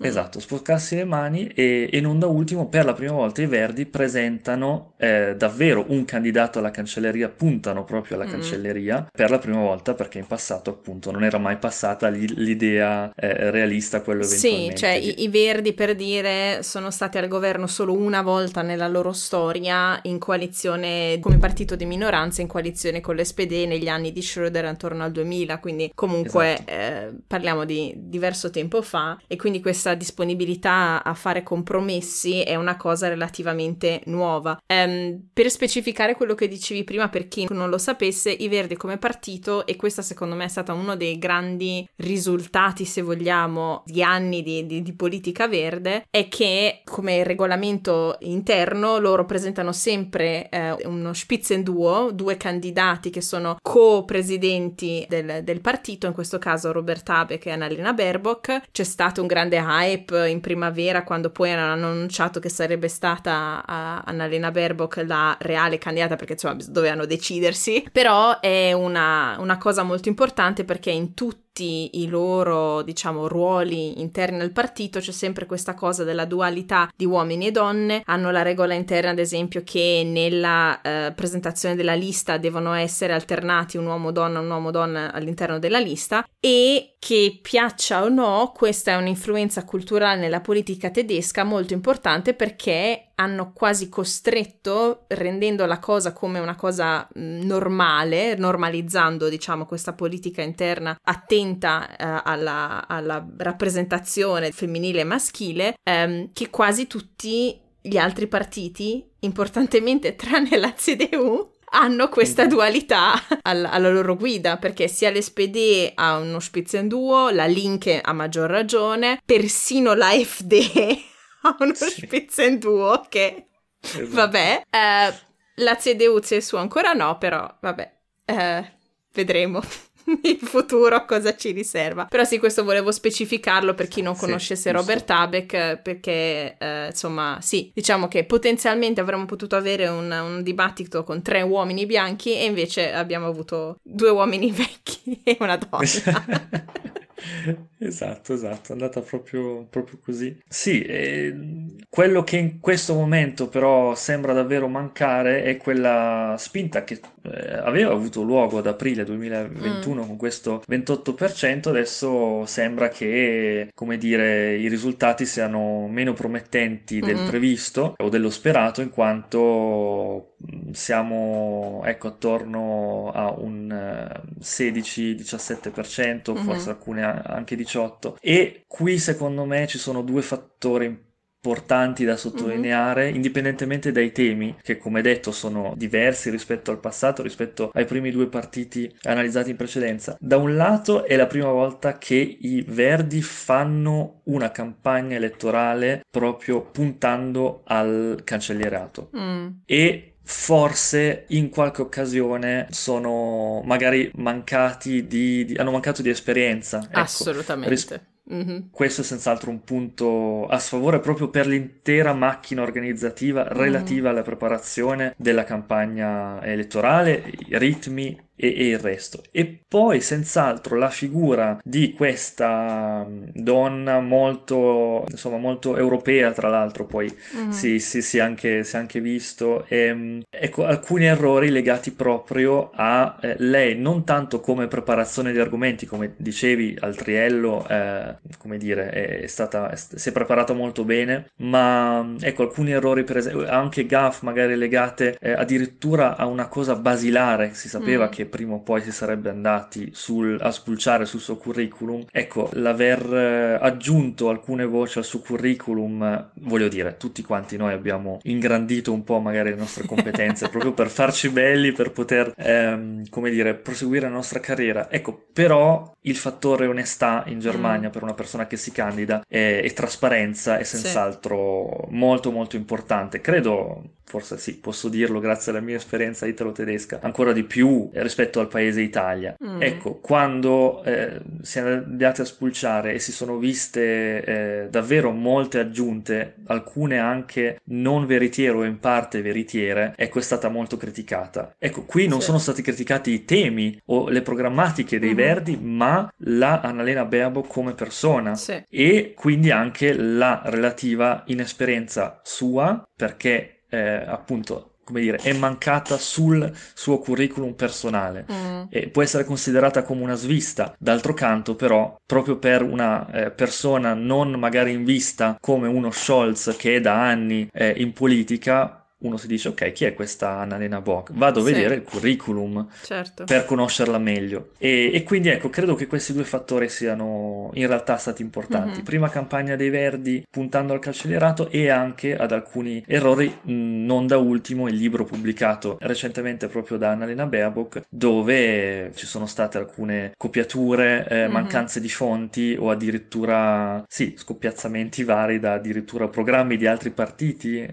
Esatto, sporcarsi le mani e non da ultimo, per la prima volta i Verdi presentano davvero un candidato alla cancelleria, puntano proprio alla cancelleria per la prima volta, perché in passato appunto non era mai passata l'idea realista, quello Sì, eventualmente cioè i Verdi, per dire, sono stati al governo solo una volta nella loro storia in coalizione come partito di minoranza, in coalizione con l'SPD negli anni di Schröder attorno al 2000, quindi comunque parliamo di diverso tempo fa, e quindi questa disponibilità a fare compromessi è una cosa relativamente nuova. Per specificare quello che dicevi prima, per chi non lo sapesse, i Verdi come partito, e questa secondo me è stata uno dei grandi risultati, se vogliamo, di anni di politica verde, è che come regolamento interno loro presentano sempre uno Spitzenduo, due candidati che sono co-presidenti del partito, in questo caso Robert Habeck e Annalena Baerbock. C'è stato un grande hype in primavera quando poi hanno annunciato che sarebbe stata Annalena Baerbock la reale candidata, perché insomma dovevano decidersi, però è una cosa molto importante, perché in tutti i loro, diciamo, ruoli interni al partito c'è sempre questa cosa della dualità di uomini e donne. Hanno la regola interna, ad esempio, che nella presentazione della lista devono essere alternati un uomo-donna all'interno della lista, e che piaccia o no, questa è un'influenza culturale nella politica tedesca molto importante, perché hanno quasi costretto, rendendo la cosa come una cosa normale, normalizzando, diciamo, questa politica interna attenta alla rappresentazione femminile e maschile, che quasi tutti gli altri partiti, importantemente tranne la CDU, hanno questa dualità alla loro guida, perché sia l'SPD ha uno Spitzenduo, la Linke a maggior ragione, persino la FD ha uno Spitzenduo che, vabbè, la CDU ancora no, però vabbè, vedremo in futuro cosa ci riserva. Però sì, questo volevo specificarlo per chi non conoscesse Robert Habeck, perché insomma sì, diciamo che potenzialmente avremmo potuto avere un dibattito con 3 uomini bianchi, e invece abbiamo avuto 2 uomini vecchi e una donna. Esatto, è andata proprio così. Sì, quello che in questo momento però sembra davvero mancare è quella spinta che aveva avuto luogo ad aprile 2021 con questo 28%, adesso sembra che, come dire, i risultati siano meno promettenti del previsto o dello sperato, in quanto siamo, ecco, attorno a un 16-17%, forse alcune anche 18%, e qui secondo me ci sono 2 fattori importanti da sottolineare, indipendentemente dai temi, che come detto sono diversi rispetto al passato, rispetto ai primi 2 partiti analizzati in precedenza. Da un lato è la prima volta che i Verdi fanno una campagna elettorale proprio puntando al cancellierato, e forse in qualche occasione sono magari hanno mancato di esperienza, ecco. Assolutamente. Questo è senz'altro un punto a sfavore proprio per l'intera macchina organizzativa relativa alla preparazione della campagna elettorale, i ritmi e il resto. E poi senz'altro la figura di questa donna molto, insomma, molto europea, tra l'altro poi si è anche visto, ecco, alcuni errori legati proprio a lei, non tanto come preparazione di argomenti, come dicevi al triello, come dire, si è preparata molto bene, ma ecco, alcuni errori, per esempio, anche gaffe magari legate addirittura a una cosa basilare, si sapeva che prima o poi si sarebbe andati a spulciare sul suo curriculum. Ecco, l'aver aggiunto alcune voci al suo curriculum, voglio dire, tutti quanti noi abbiamo ingrandito un po' magari le nostre competenze proprio per farci belli, per poter, come dire, proseguire la nostra carriera. Ecco, però il fattore onestà in Germania per una persona che si candida e trasparenza è senz'altro molto molto importante. Credo forse sì, posso dirlo grazie alla mia esperienza italo-tedesca, ancora di più rispetto al paese Italia. Ecco, quando siamo andati a spulciare e si sono viste davvero molte aggiunte, alcune anche non veritiere o in parte veritiere, ecco, è stata molto criticata. Ecco, qui non sono stati criticati i temi o le programmatiche dei Verdi, ma la Annalena Baerbock come persona e quindi anche la relativa inesperienza sua, perché appunto, come dire, è mancata sul suo curriculum personale e può essere considerata come una svista. D'altro canto, però, proprio per una persona non magari in vista come uno Scholz che è da anni in politica, uno si dice, ok, chi è questa Annalena Baerbock? Vado a vedere il curriculum per conoscerla meglio. E quindi ecco, credo che questi due fattori siano in realtà stati importanti. Prima campagna dei Verdi puntando al cancellierato e anche ad alcuni errori, non da ultimo il libro pubblicato recentemente proprio da Annalena Baerbock, dove ci sono state alcune copiature, mancanze di fonti o addirittura, sì, scoppiazzamenti vari da addirittura programmi di altri partiti.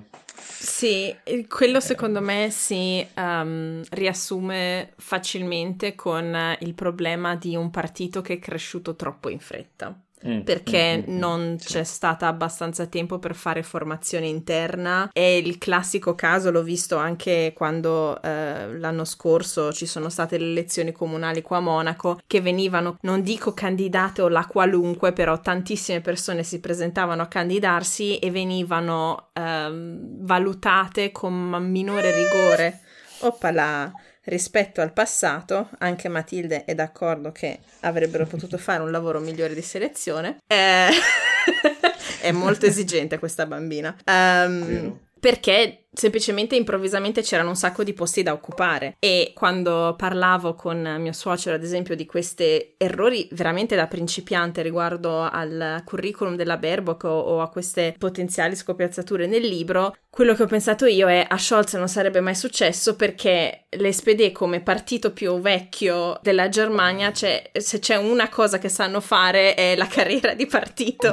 Sì, quello secondo me si riassume facilmente con il problema di un partito che è cresciuto troppo in fretta. Perché non c'è stata abbastanza tempo per fare formazione interna. È il classico caso, l'ho visto anche quando l'anno scorso ci sono state le elezioni comunali qua a Monaco, che venivano, non dico candidate o la qualunque, però tantissime persone si presentavano a candidarsi e venivano valutate con minore rigore. Oppala! Rispetto al passato, anche Matilde è d'accordo che avrebbero potuto fare un lavoro migliore di selezione. È molto esigente questa bambina. Perché semplicemente improvvisamente c'erano un sacco di posti da occupare e quando parlavo con mio suocero ad esempio di questi errori veramente da principiante riguardo al curriculum della Baerbock o a queste potenziali scopiazzature nel libro, quello che ho pensato io è: a Scholz non sarebbe mai successo perché l'SPD come partito più vecchio della Germania, se c'è una cosa che sanno fare è la carriera di partito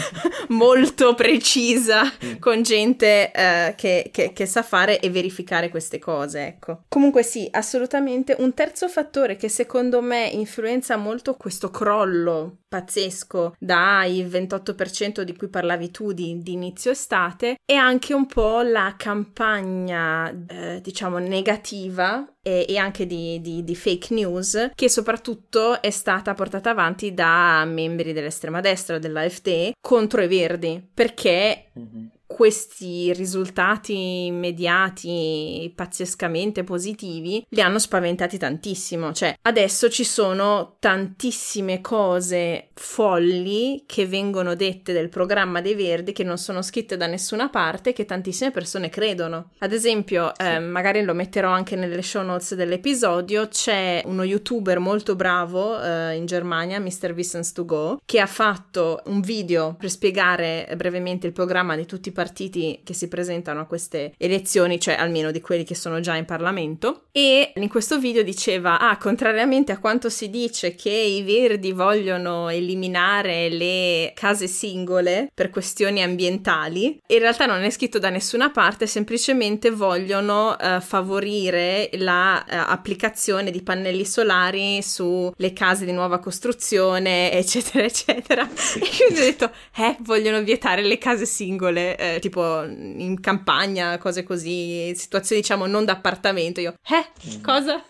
molto precisa con gente che sa fare e verificare queste cose, ecco. Comunque sì, assolutamente. Un terzo fattore che secondo me influenza molto questo crollo pazzesco dai 28% di cui parlavi tu di inizio estate è anche un po' la campagna diciamo negativa e anche di fake news che soprattutto è stata portata avanti da membri dell'estrema destra dell'AfD contro i Verdi, perché questi risultati immediati pazzescamente positivi li hanno spaventati tantissimo. Cioè adesso ci sono tantissime cose folli che vengono dette del programma dei Verdi che non sono scritte da nessuna parte, che tantissime persone credono. Ad esempio magari lo metterò anche nelle show notes dell'episodio, c'è uno youtuber molto bravo in Germania, Mr. Wissens to Go, che ha fatto un video per spiegare brevemente il programma di tutti i partiti che si presentano a queste elezioni, cioè almeno di quelli che sono già in Parlamento, e in questo video diceva: contrariamente a quanto si dice che i Verdi vogliono eliminare le case singole per questioni ambientali, in realtà non è scritto da nessuna parte, semplicemente vogliono favorire la applicazione di pannelli solari sulle case di nuova costruzione, eccetera eccetera. E quindi ho detto vogliono vietare le case singole, tipo in campagna, cose così, situazioni diciamo non da appartamento. Io cosa?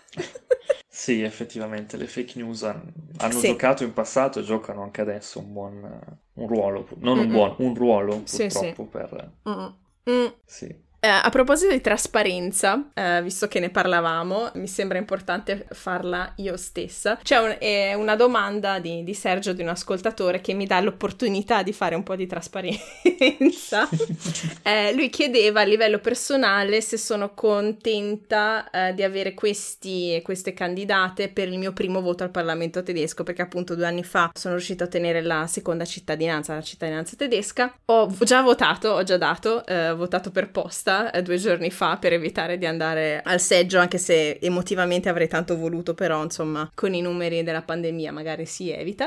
Sì, effettivamente le fake news hanno giocato in passato e giocano anche adesso un ruolo, non un ruolo purtroppo per... Sì. A proposito di trasparenza, visto che ne parlavamo, mi sembra importante farla io stessa. C'è una domanda di Sergio, di un ascoltatore, che mi dà l'opportunità di fare un po' di trasparenza. Lui chiedeva a livello personale se sono contenta di avere queste candidate per il mio primo voto al Parlamento tedesco, perché appunto 2 anni fa sono riuscita a ottenere la seconda cittadinanza, la cittadinanza tedesca. Ho già dato, ho votato per posta 2 giorni fa per evitare di andare al seggio, anche se emotivamente avrei tanto voluto, però insomma con i numeri della pandemia magari si evita.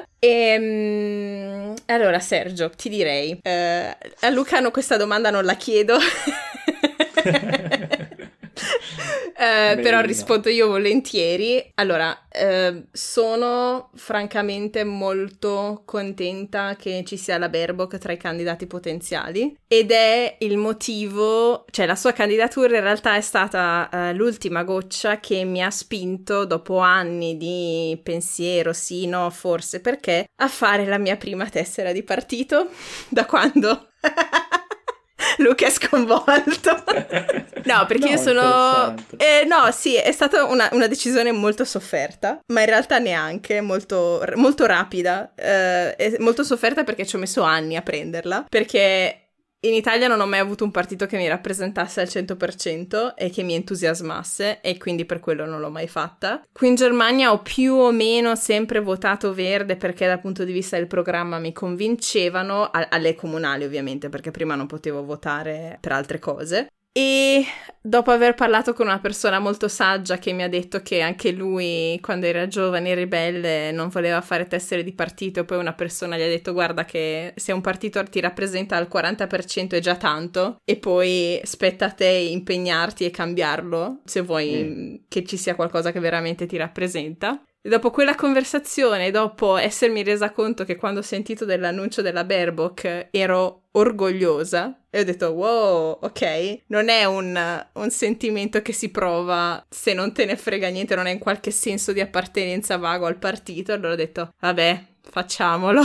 Allora Sergio, ti direi a Luca questa domanda non la chiedo Però rispondo io volentieri. Allora, sono francamente molto contenta che ci sia la Baerbock tra i candidati potenziali, ed è il motivo, cioè la sua candidatura in realtà è stata l'ultima goccia che mi ha spinto, dopo anni di pensiero, sì, no, forse, perché, a fare la mia prima tessera di partito, da quando... Luca è sconvolto. No, perché io sono... no, sì, è stata una decisione molto sofferta, ma in realtà neanche, molto, molto rapida. È molto sofferta perché ci ho messo anni a prenderla, perché... In Italia non ho mai avuto un partito che mi rappresentasse al 100% e che mi entusiasmasse, e quindi per quello non l'ho mai fatta. Qui in Germania ho più o meno sempre votato verde, perché dal punto di vista del programma mi convincevano, alle comunali ovviamente, perché prima non potevo votare per altre cose. E dopo aver parlato con una persona molto saggia che mi ha detto che anche lui, quando era giovane e ribelle, non voleva fare tessere di partito, e poi una persona gli ha detto: guarda che se un partito ti rappresenta al 40% è già tanto, e poi spetta a te impegnarti e cambiarlo se vuoi che ci sia qualcosa che veramente ti rappresenta. E dopo quella conversazione, dopo essermi resa conto che quando ho sentito dell'annuncio della Baerbock ero orgogliosa, e ho detto: wow, ok, non è un sentimento che si prova se non te ne frega niente, non è in qualche senso di appartenenza vago al partito. Allora ho detto: vabbè, facciamolo.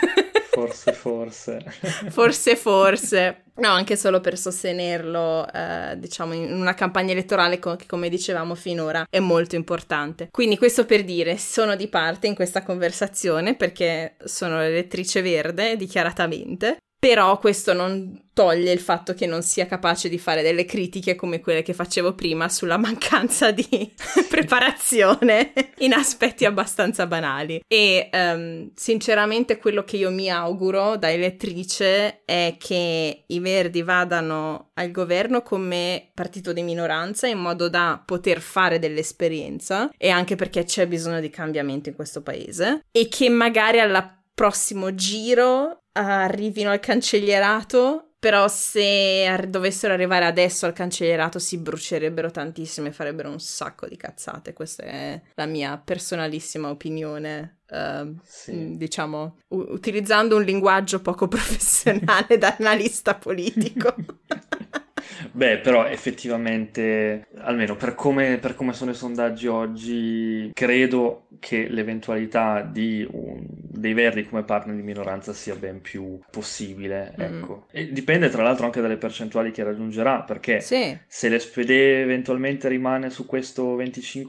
Forse. No, anche solo per sostenerlo, diciamo, in una campagna elettorale che, come dicevamo finora, è molto importante. Quindi questo per dire, sono di parte in questa conversazione perché sono elettrice verde, dichiaratamente. Però questo non toglie il fatto che non sia capace di fare delle critiche come quelle che facevo prima sulla mancanza di preparazione in aspetti abbastanza banali. E sinceramente quello che io mi auguro da elettrice è che i Verdi vadano al governo come partito di minoranza, in modo da poter fare dell'esperienza, e anche perché c'è bisogno di cambiamento in questo paese, e che magari alla prossimo giro arrivino al cancellierato. Però se dovessero arrivare adesso al cancellierato si brucierebbero tantissimo e farebbero un sacco di cazzate. Questa è la mia personalissima opinione, sì. Diciamo, utilizzando un linguaggio poco professionale da analista politico. Beh, però effettivamente, almeno per come sono i sondaggi oggi, credo che l'eventualità dei Verdi come partner di minoranza sia ben più possibile, ecco. E dipende tra l'altro anche dalle percentuali che raggiungerà, perché sì, se l'SPD eventualmente rimane su questo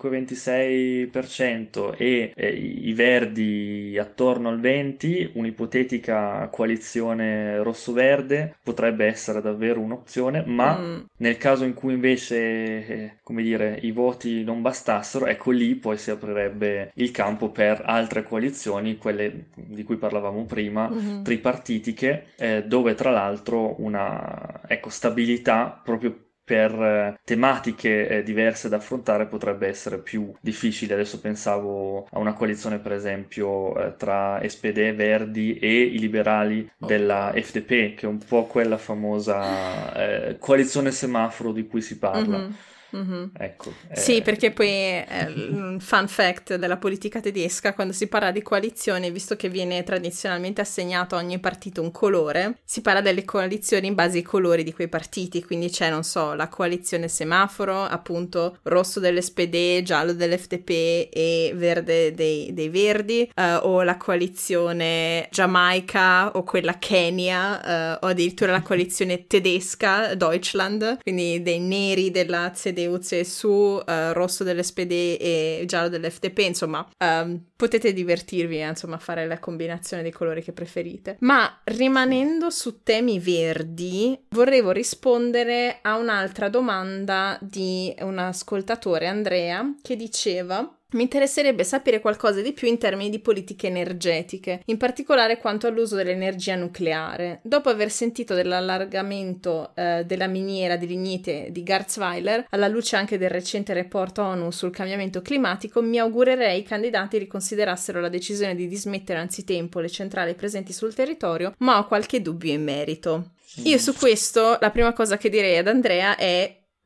25-26% e i Verdi attorno al 20%, un'ipotetica coalizione rosso-verde potrebbe essere davvero un'opzione, ma nel caso in cui invece, come dire, i voti non bastassero, ecco lì poi si aprirebbe il campo per altre coalizioni, quelle di cui parlavamo prima, tripartitiche, dove tra l'altro una stabilità proprio per tematiche diverse da affrontare potrebbe essere più difficile. Adesso pensavo a una coalizione per esempio tra SPD, Verdi e i liberali della FDP, che è un po' quella famosa coalizione semaforo di cui si parla. Ecco, sì, perché poi un fun fact della politica tedesca: quando si parla di coalizione, visto che viene tradizionalmente assegnato a ogni partito un colore, si parla delle coalizioni in base ai colori di quei partiti. Quindi c'è, non so, la coalizione semaforo, appunto rosso dell'SPD, giallo dell'FDP e verde dei Verdi, o la coalizione Giamaica, o quella Kenya, o addirittura la coalizione tedesca, Deutschland, quindi dei neri della CDU CSU, rosso dell'SPD e giallo dell'FDP. Insomma, potete divertirvi insomma a fare la combinazione dei colori che preferite. Ma rimanendo su temi verdi, vorrevo rispondere a un'altra domanda di un ascoltatore, Andrea, che diceva: mi interesserebbe sapere qualcosa di più in termini di politiche energetiche, in particolare quanto all'uso dell'energia nucleare. Dopo aver sentito dell'allargamento della miniera di lignite di Garzweiler, alla luce anche del recente report ONU sul cambiamento climatico, mi augurerei i candidati riconsiderassero la decisione di dismettere anzitempo le centrali presenti sul territorio, ma ho qualche dubbio in merito. Io su questo la prima cosa che direi ad Andrea è: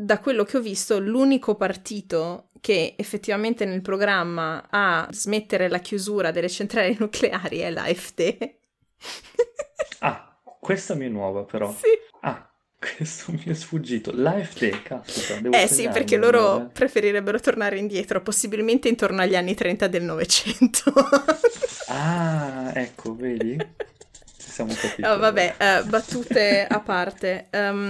da quello che ho visto, l'unico partito che effettivamente nel programma ha smettere la chiusura delle centrali nucleari è l'AfD. Ah, questa mi è nuova però. Sì. Ah, questo mi è sfuggito. L'AfD, caspita, devo Sì, perché segnarmelo loro allora. preferirebbero tornare indietro, possibilmente intorno agli anni 30 del Novecento. Ah, ecco, vedi? Ci siamo capiti No, vabbè, allora. battute a parte.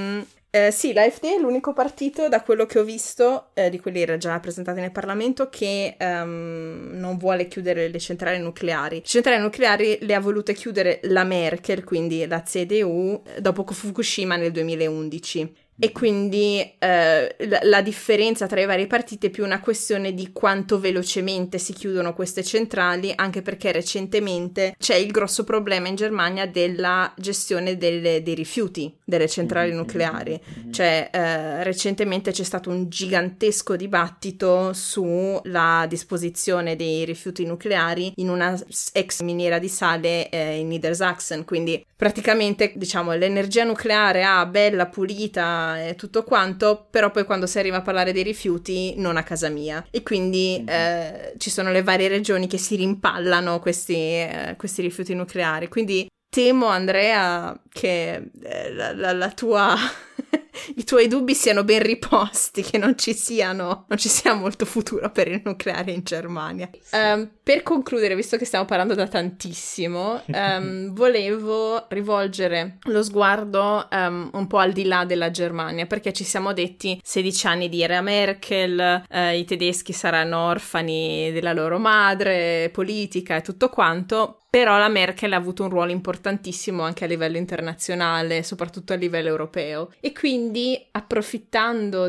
Sì, l'AfD è l'unico partito, da quello che ho visto, di quelli già rappresentati nel Parlamento, che non vuole chiudere le centrali nucleari. Le centrali nucleari le ha volute chiudere la Merkel, quindi la CDU, dopo Fukushima nel 2011. E quindi la differenza tra i vari partiti è più una questione di quanto velocemente si chiudono queste centrali, anche perché recentemente c'è il grosso problema in Germania della gestione dei rifiuti delle centrali nucleari. Cioè, recentemente c'è stato un gigantesco dibattito sulla disposizione dei rifiuti nucleari in una ex miniera di sale in Niedersachsen, quindi praticamente, diciamo, l'energia nucleare bella, pulita e tutto quanto, però poi quando si arriva a parlare dei rifiuti non a casa mia. E quindi ci sono le varie regioni che si rimpallano questi rifiuti nucleari. Quindi temo, Andrea, che la tua i tuoi dubbi siano ben riposti, che non ci sia molto futuro per il nucleare in Germania. Per concludere, visto che stiamo parlando da tantissimo, volevo rivolgere lo sguardo un po' al di là della Germania, perché ci siamo detti 16 anni di era Merkel, i tedeschi saranno orfani della loro madre politica e tutto quanto. Però la Merkel ha avuto un ruolo importantissimo anche a livello internazionale, soprattutto a livello europeo. E quindi, approfittando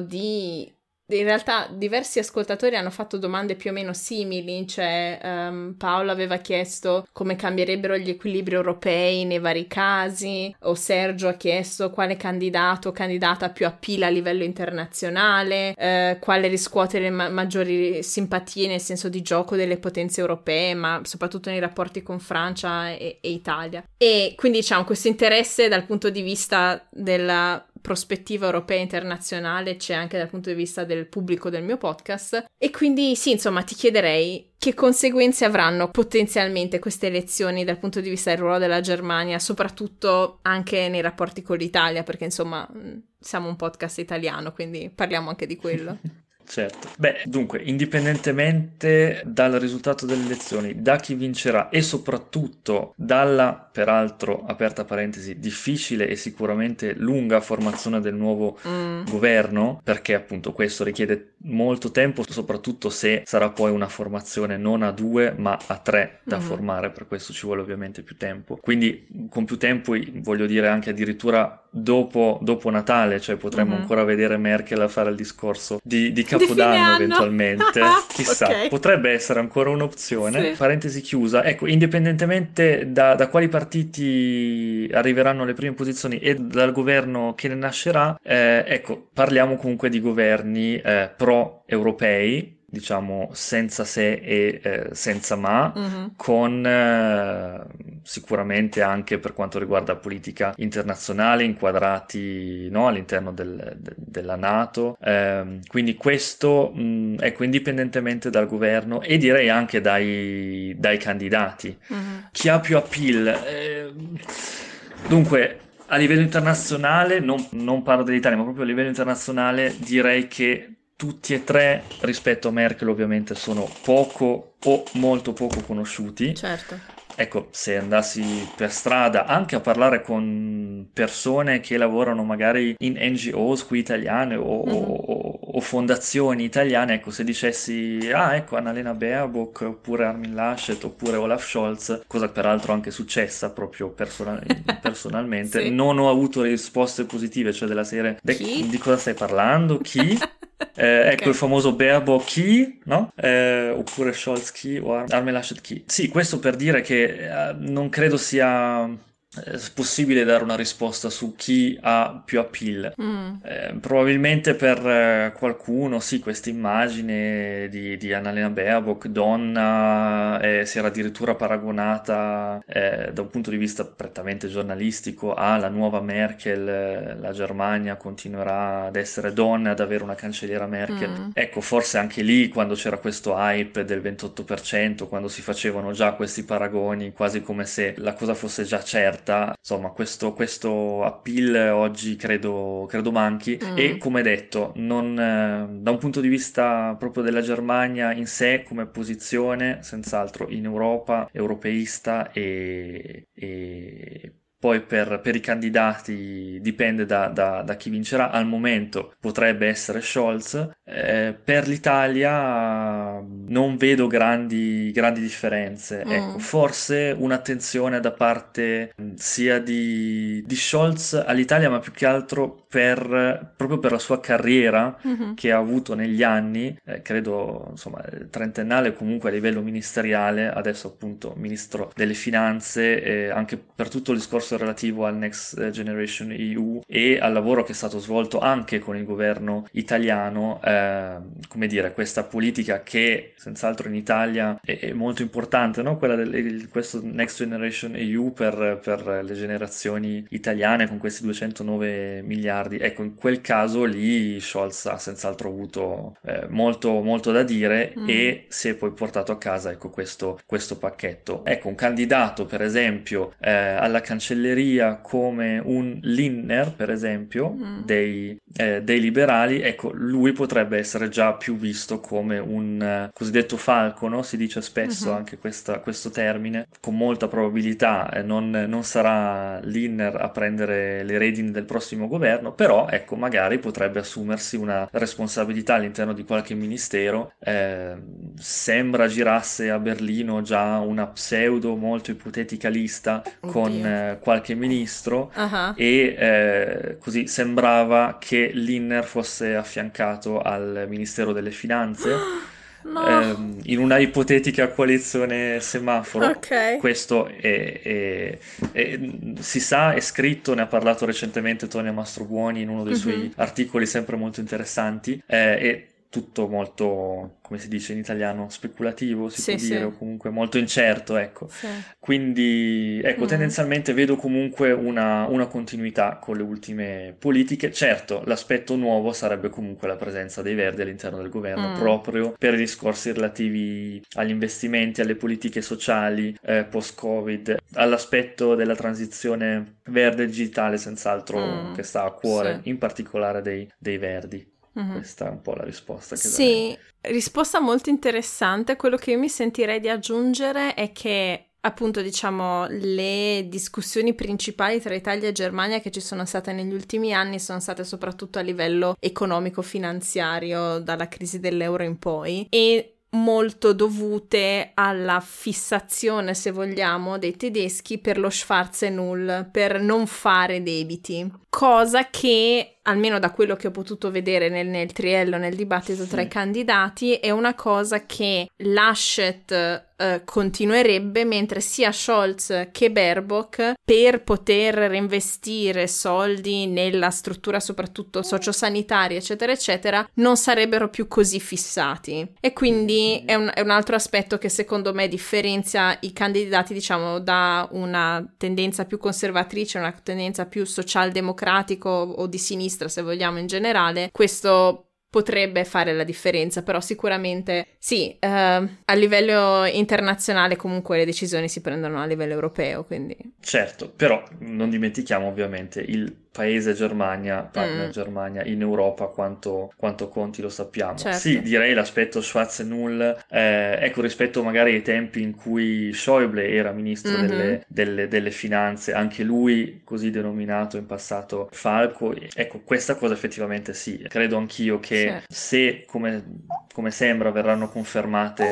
in realtà diversi ascoltatori hanno fatto domande più o meno simili, cioè Paolo aveva chiesto come cambierebbero gli equilibri europei nei vari casi, o Sergio ha chiesto quale candidato o candidata più appila a livello internazionale, quale riscuote le maggiori simpatie nel senso di gioco delle potenze europee, ma soprattutto nei rapporti con Francia e Italia. E quindi diciamo questo interesse dal punto di vista della prospettiva europea e internazionale c'è anche dal punto di vista del pubblico del mio podcast, e quindi sì, insomma, ti chiederei che conseguenze avranno potenzialmente queste elezioni dal punto di vista del ruolo della Germania, soprattutto anche nei rapporti con l'Italia, perché insomma siamo un podcast italiano, quindi parliamo anche di quello. Certo. Beh, dunque, indipendentemente dal risultato delle elezioni, da chi vincerà e soprattutto dalla, peraltro, aperta parentesi, difficile e sicuramente lunga formazione del nuovo governo, perché appunto questo richiede molto tempo, soprattutto se sarà poi una formazione non a 2 ma a 3 da formare, per questo ci vuole ovviamente più tempo. Quindi con più tempo voglio dire anche addirittura dopo Natale, cioè potremmo ancora vedere Merkel a fare il discorso di Capodanno eventualmente, chissà, Okay. potrebbe essere ancora un'opzione. Sì. Parentesi chiusa, ecco, indipendentemente da quali partiti arriveranno alle prime posizioni e dal governo che ne nascerà, ecco, parliamo comunque di governi pro-europei, diciamo senza se e senza ma, con sicuramente anche per quanto riguarda politica internazionale inquadrati, no, all'interno della NATO, quindi questo ecco, indipendentemente dal governo e direi anche dai candidati. Chi ha più appeal? Dunque, a livello internazionale, non parlo dell'Italia, ma proprio a livello internazionale direi che tutti e tre, rispetto a Merkel ovviamente, sono poco o molto poco conosciuti. Certo. Ecco, se andassi per strada anche a parlare con persone che lavorano magari in NGOs qui italiane o fondazioni italiane, ecco, se dicessi, ecco, Annalena Baerbock, oppure Armin Laschet, oppure Olaf Scholz, cosa peraltro anche successa proprio personalmente, Sì. non ho avuto risposte positive, cioè della serie, Chi? di cosa stai parlando? Chi? Ecco il famoso Baerbock chi, no? Oppure Scholz chi o Armin Laschet chi. Sì, questo per dire che non credo sia possibile dare una risposta su chi ha più appeal. Probabilmente per qualcuno, sì, questa immagine di Annalena Baerbock, donna, si era addirittura paragonata da un punto di vista prettamente giornalistico alla nuova Merkel, la Germania continuerà ad essere donna, ad avere una cancelliera Merkel. Ecco, forse anche lì, quando c'era questo hype del 28%, quando si facevano già questi paragoni, quasi come se la cosa fosse già certa, insomma, questo appeal oggi credo manchi. E come detto, da un punto di vista proprio della Germania in sé come posizione, senz'altro in Europa, europeista e poi per i candidati dipende da chi vincerà. Al momento potrebbe essere Scholz. Per l'Italia non vedo grandi differenze. Ecco, forse un'attenzione da parte sia di Scholz all'Italia, ma più che altro proprio per la sua carriera che ha avuto negli anni, credo, insomma, trentennale, comunque a livello ministeriale, adesso appunto ministro delle finanze, anche per tutto il discorso relativo al Next Generation EU e al lavoro che è stato svolto anche con il governo italiano, come dire, questa politica che senz'altro in Italia è molto importante, no? Quella questo Next Generation EU per le generazioni italiane con questi 209 miliardi. Ecco, in quel caso lì Scholz ha senz'altro avuto molto da dire e si è poi portato a casa, ecco, questo pacchetto. Ecco, un candidato per esempio alla cancelleria come un Lindner, per esempio, dei liberali, ecco, lui potrebbe essere già più visto come un cosiddetto falco, no? Si dice spesso anche questo termine. Con molta probabilità non sarà Lindner a prendere le redini del prossimo governo, però ecco, magari potrebbe assumersi una responsabilità all'interno di qualche ministero. Sembra girasse a Berlino già una pseudo molto ipotetica lista con qualche ministro e così sembrava che Lindner fosse affiancato al Ministero delle Finanze. No. In una ipotetica coalizione semaforo. Ok. Questo si sa, è scritto, ne ha parlato recentemente Tonia Mastrobuoni in uno dei suoi articoli sempre molto interessanti, e tutto molto, come si dice in italiano, speculativo, si può dire, o comunque molto incerto, ecco. Sì. Quindi, ecco, tendenzialmente vedo comunque una continuità con le ultime politiche. Certo, l'aspetto nuovo sarebbe comunque la presenza dei Verdi all'interno del governo, proprio per i discorsi relativi agli investimenti, alle politiche sociali, post-Covid, all'aspetto della transizione verde e digitale, senz'altro, che sta a cuore, in particolare dei Verdi. Questa è un po' la risposta che darei. Sì, risposta molto interessante. Quello che io mi sentirei di aggiungere è che appunto, diciamo, le discussioni principali tra Italia e Germania che ci sono state negli ultimi anni sono state soprattutto a livello economico-finanziario, dalla crisi dell'euro in poi, e molto dovute alla fissazione, se vogliamo, dei tedeschi per lo Schwarze-Null, per non fare debiti, cosa che, almeno da quello che ho potuto vedere nel triello, nel dibattito tra i candidati, è una cosa che Laschet continuerebbe, mentre sia Scholz che Baerbock, per poter reinvestire soldi nella struttura soprattutto sociosanitaria, eccetera eccetera, non sarebbero più così fissati. E quindi è un altro aspetto che secondo me differenzia i candidati, diciamo, da una tendenza più conservatrice, una tendenza più socialdemocratico o di sinistra, se vogliamo, in generale. Questo potrebbe fare la differenza, però sicuramente sì, a livello internazionale comunque le decisioni si prendono a livello europeo, quindi... Certo, però non dimentichiamo ovviamente il paese Germania, partner Germania in Europa, quanto conti lo sappiamo. Certo. Sì, direi l'aspetto Schwarze-Null, ecco, rispetto magari ai tempi in cui Schäuble era ministro delle finanze, anche lui così denominato in passato Falco, ecco, questa cosa effettivamente sì, credo anch'io che se come sembra verranno confermate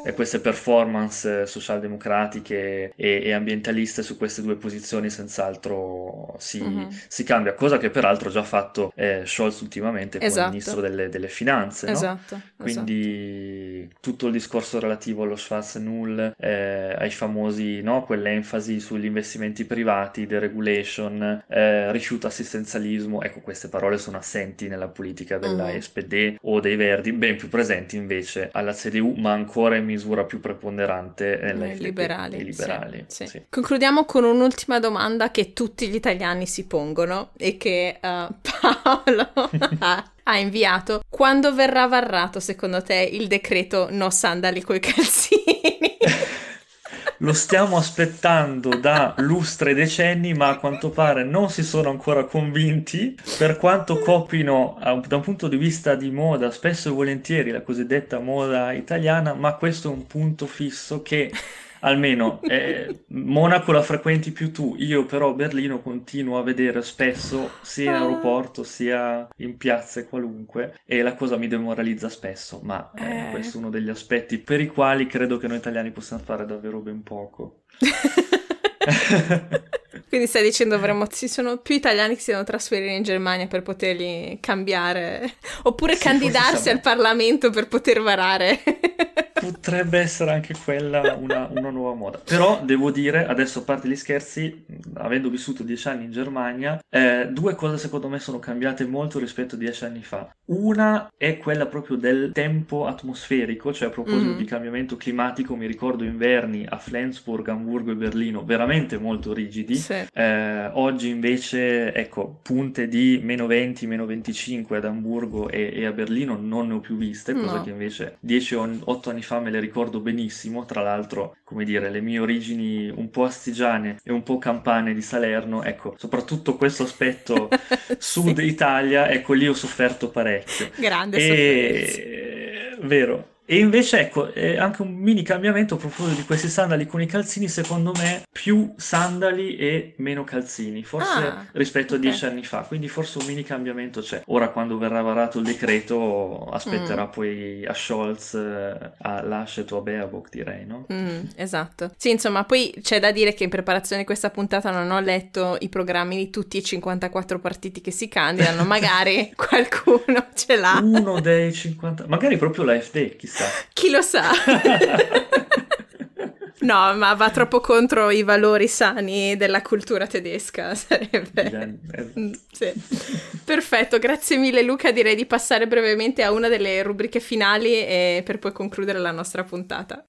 queste performance socialdemocratiche e ambientaliste su queste due posizioni senz'altro si cambia, cosa che peraltro ha già fatto Scholz ultimamente come ministro delle finanze, no? Esatto. Quindi tutto il discorso relativo allo Schwarzenegger, ai famosi, no, quell'enfasi sugli investimenti privati, deregulation, rifiuto assistenzialismo, ecco, queste parole sono assenti nella politica della SPD o dei Verdi, ben più presenti invece alla CDU, ma ancora in misura più preponderante nella FDP, liberali. i liberali. Sì. Concludiamo con un'ultima domanda che tutti gli italiani si pongono e che Paolo ha inviato. Quando verrà varato, secondo te, il decreto no sandali coi calzini? Lo stiamo aspettando da lustre e decenni, ma a quanto pare non si sono ancora convinti, per quanto copino da un punto di vista di moda spesso e volentieri la cosiddetta moda italiana, ma questo è un punto fisso che almeno Monaco la frequenti più tu, io però Berlino continuo a vedere spesso sia in aeroporto sia in piazze qualunque, e la cosa mi demoralizza spesso, ma questo è uno degli aspetti per i quali credo che noi italiani possiamo fare davvero ben poco. Quindi stai dicendo ci sono più italiani che si devono trasferire in Germania per poterli cambiare, oppure candidarsi al Parlamento per poter varare? Potrebbe essere anche quella una nuova moda. Però devo dire, adesso a parte gli scherzi, avendo vissuto 10 anni in Germania, due cose secondo me sono cambiate molto rispetto a 10 anni fa. Una è quella proprio del tempo atmosferico, cioè a proposito di cambiamento climatico, mi ricordo inverni a Flensburg, Amburgo e Berlino veramente molto rigidi. Sì. Oggi invece, ecco, punte di meno 20, meno 25 ad Amburgo e a Berlino non ne ho più viste, cosa che invece 10 o 8 anni fa me le ricordo benissimo. Tra l'altro, come dire, le mie origini un po' astigiane e un po' campane di Salerno, ecco, soprattutto questo aspetto sud Italia, ecco, lì ho sofferto parecchio. Grande sofferenza. Vero. E invece, ecco, anche un mini cambiamento a proposito di questi sandali con i calzini, secondo me, più sandali e meno calzini, forse rispetto a 10 anni fa, quindi forse un mini cambiamento c'è. Ora, quando verrà varato il decreto, aspetterà poi a Scholz, a Laschet o a Baerbock, direi, no? Esatto. Sì, insomma, poi c'è da dire che in preparazione di questa puntata non ho letto i programmi di tutti i 54 partiti che si candidano, magari qualcuno ce l'ha. Uno dei 50, magari proprio l'AfD, chissà. Chi lo sa? No, ma va troppo contro i valori sani della cultura tedesca, sarebbe. Sì. Perfetto, grazie mille Luca, direi di passare brevemente a una delle rubriche finali per poi concludere la nostra puntata.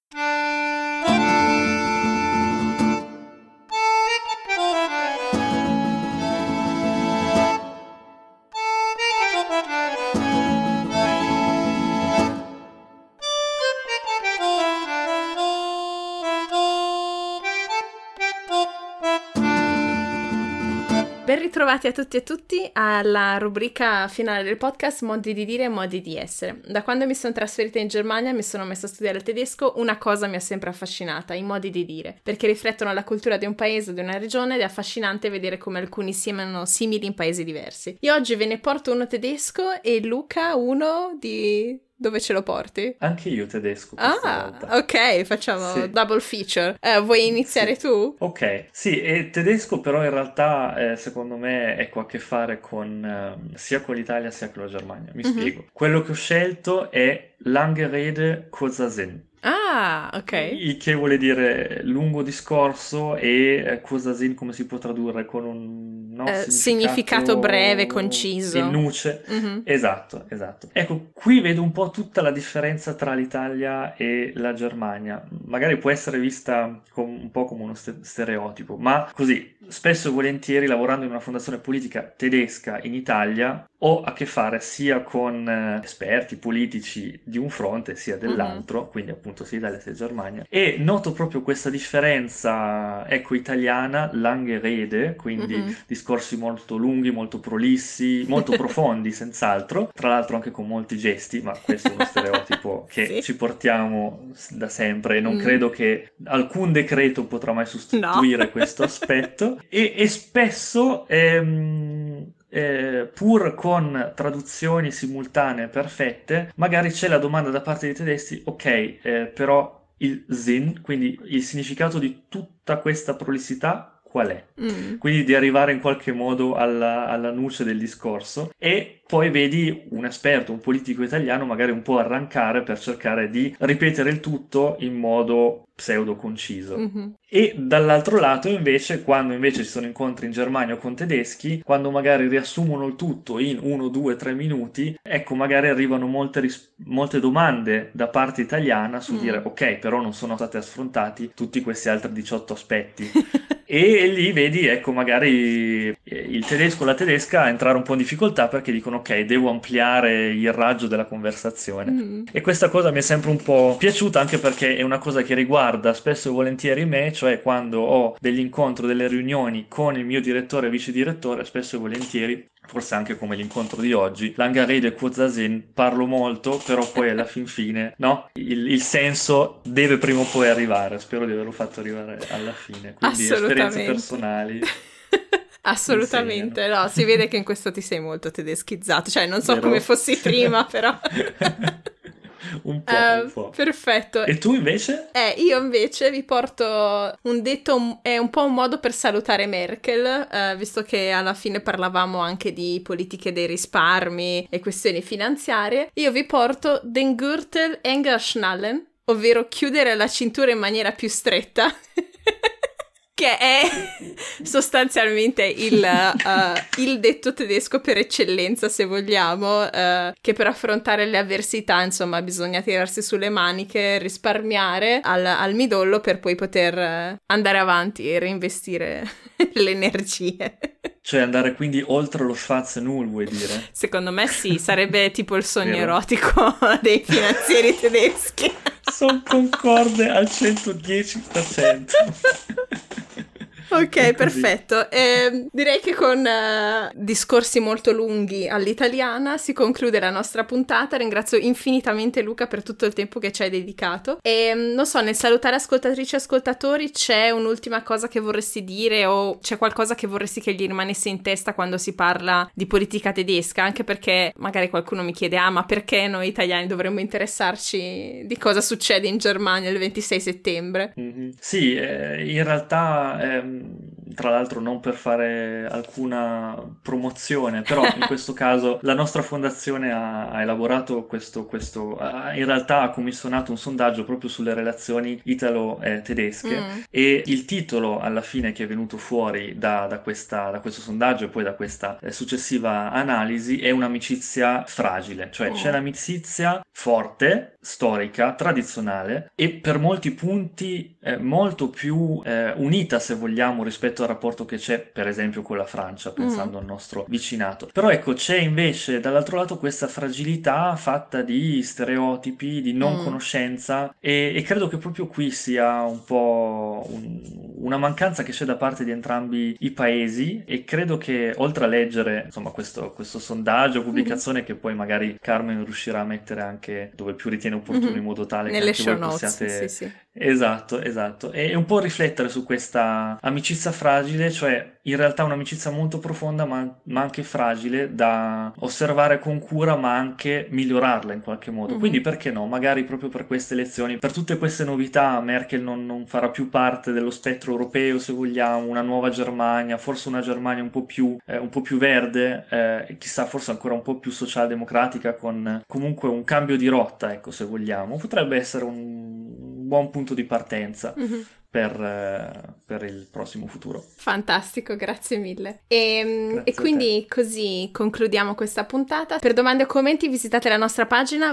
Ben ritrovati a tutti e tutti alla rubrica finale del podcast Modi di dire e modi di essere. Da quando mi sono trasferita in Germania e mi sono messa a studiare il tedesco, una cosa mi ha sempre affascinata, i modi di dire, perché riflettono la cultura di un paese o di una regione ed è affascinante vedere come alcuni siano simili in paesi diversi. Io oggi ve ne porto uno tedesco e Luca uno di... Dove ce lo porti? Anche io tedesco questa volta. Ok, facciamo double feature. Vuoi iniziare tu? Ok, sì, e tedesco però in realtà secondo me ecco, ha a che fare con sia con l'Italia sia con la Germania. Mi spiego. Quello che ho scelto è Lange Rede, kurzer Sinn. Ah, ok. Il che vuole dire lungo discorso e kurzer Sinn come si può tradurre con un significato breve, conciso. In nuce. Esatto. Ecco, qui vedo un po' tutta la differenza tra l'Italia e la Germania. Magari può essere vista un po' come uno stereotipo, ma così, spesso e volentieri lavorando in una fondazione politica tedesca in Italia ho a che fare sia con esperti politici di un fronte sia dell'altro, quindi appunto sia Italia sia Germania, e noto proprio questa differenza, ecco, italiana, Lange Rede, quindi discorsi molto lunghi, molto prolissi, molto profondi senz'altro, tra l'altro anche con molti gesti, ma questo è uno stereotipo che ci portiamo da sempre e non credo che alcun decreto potrà mai sostituire questo aspetto, e spesso pur con traduzioni simultanee perfette, magari c'è la domanda da parte dei tedeschi, ok, però il Sinn, quindi il significato di tutta questa prolissità qual è. Quindi di arrivare in qualche modo alla nuce del discorso, e poi vedi un esperto, un politico italiano magari un po' arrancare per cercare di ripetere il tutto in modo pseudo conciso. E dall'altro lato invece, quando invece ci sono incontri in Germania o con tedeschi, quando magari riassumono il tutto in 1, 2, 3 minuti, ecco, magari arrivano molte domande da parte italiana su dire ok, però non sono stati affrontati tutti questi altri 18 aspetti. E lì vedi, ecco, magari il tedesco o la tedesca entrare un po' in difficoltà perché dicono ok, devo ampliare il raggio della conversazione. E questa cosa mi è sempre un po' piaciuta, anche perché è una cosa che riguarda spesso e volentieri me, cioè quando ho degli incontri, delle riunioni con il mio direttore e vice direttore, spesso e volentieri, forse anche come l'incontro di oggi, Langarede e Kurzasinn, parlo molto, però poi alla fin fine, no? Il senso deve prima o poi arrivare, spero di averlo fatto arrivare alla fine, quindi esperienze personali. Assolutamente, no, si vede che in questo ti sei molto tedeschizzato, cioè non so come fossi prima, però... un po'. Perfetto. E tu invece? Io invece vi porto un detto, è un po' un modo per salutare Merkel, visto che alla fine parlavamo anche di politiche dei risparmi e questioni finanziarie. Io vi porto Den Gürtel enger schnallen, ovvero chiudere la cintura in maniera più stretta. Che è sostanzialmente il detto tedesco per eccellenza, se vogliamo, che per affrontare le avversità, insomma, bisogna tirarsi sulle maniche, risparmiare al midollo per poi poter andare avanti e reinvestire le energie. Cioè andare quindi oltre lo Schwarze-Null, vuoi dire? Secondo me sì, sarebbe tipo il sogno erotico dei finanzieri tedeschi. Sono concorde al 110%. Ok, perfetto. Direi che con discorsi molto lunghi all'italiana si conclude la nostra puntata. Ringrazio infinitamente Luca per tutto il tempo che ci hai dedicato. E non so, nel salutare ascoltatrici e ascoltatori, c'è un'ultima cosa che vorresti dire o c'è qualcosa che vorresti che gli rimanesse in testa quando si parla di politica tedesca? Anche perché magari qualcuno mi chiede, ma perché noi italiani dovremmo interessarci di cosa succede in Germania il 26 settembre? Sì, in realtà... tra l'altro non per fare alcuna promozione, però in questo caso la nostra fondazione ha elaborato in realtà ha commissionato un sondaggio proprio sulle relazioni italo-tedesche e il titolo alla fine che è venuto fuori da questo sondaggio e poi da questa successiva analisi è un'amicizia fragile, cioè c'è l'amicizia forte, storica, tradizionale e per molti punti molto più unita, se vogliamo, rispetto al rapporto che c'è per esempio con la Francia, pensando al nostro vicinato. Però ecco, c'è invece dall'altro lato questa fragilità fatta di stereotipi, di non conoscenza e credo che proprio qui sia un po' una mancanza che c'è da parte di entrambi i paesi e credo che oltre a leggere insomma questo sondaggio, pubblicazione che poi magari Carmen riuscirà a mettere anche dove più ritiene opportuno in modo tale nelle che show anche voi notes, possiate... sì. Esatto, e un po' riflettere su questa amicizia fragile, cioè in realtà un'amicizia molto profonda ma anche fragile da osservare con cura ma anche migliorarla in qualche modo. Quindi perché no? Magari proprio per queste elezioni, per tutte queste novità, Merkel non farà più parte dello spettro europeo, se vogliamo, una nuova Germania, forse una Germania un po' più verde, chissà, forse ancora un po' più socialdemocratica, con comunque un cambio di rotta, ecco, se vogliamo. Potrebbe essere un buon punto di partenza per il prossimo futuro. Fantastico, grazie mille. E quindi così concludiamo questa puntata. Per domande o commenti visitate la nostra pagina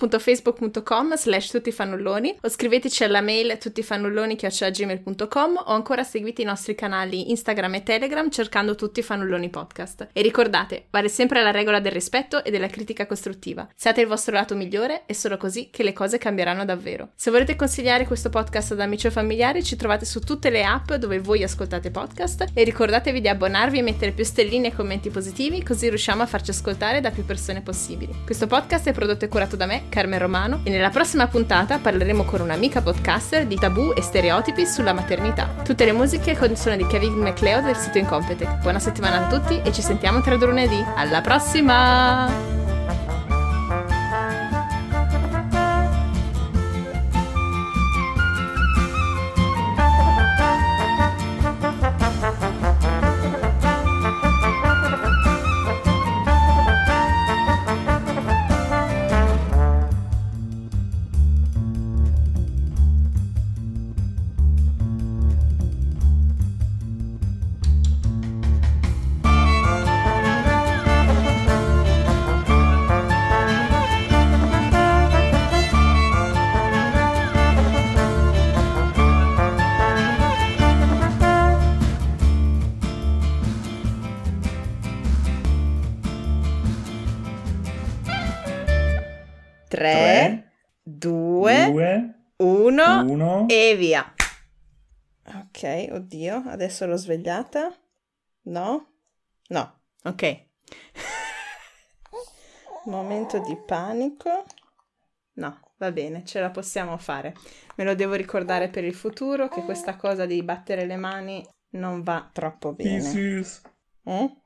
www.facebook.com/tuttifannulloni o scriveteci alla mail tuttifannulloni@gmail.com o ancora seguite i nostri canali Instagram e Telegram cercando Tutti Fannulloni Podcast. E ricordate, vale sempre la regola del rispetto e della critica costruttiva. Siate il vostro lato migliore, è solo così che le cose cambieranno davvero. Se volete consigliare questo podcast ad amici o familiari, ci trovate su tutte le app dove voi ascoltate podcast e ricordatevi di abbonarvi e mettere più stelline e commenti positivi, così riusciamo a farci ascoltare da più persone possibili. Questo podcast è prodotto e curato da me, Carmen Romano, e nella prossima puntata parleremo con un'amica podcaster di tabù e stereotipi sulla maternità. Tutte le musiche con il suono di Kevin MacLeod del sito Incompetech. Buona settimana a tutti e ci sentiamo tra 2 lunedì. Alla prossima! Ok, oddio, adesso l'ho svegliata. No? No, ok. Momento di panico. No, va bene, ce la possiamo fare. Me lo devo ricordare per il futuro che questa cosa di battere le mani non va troppo bene. Isis.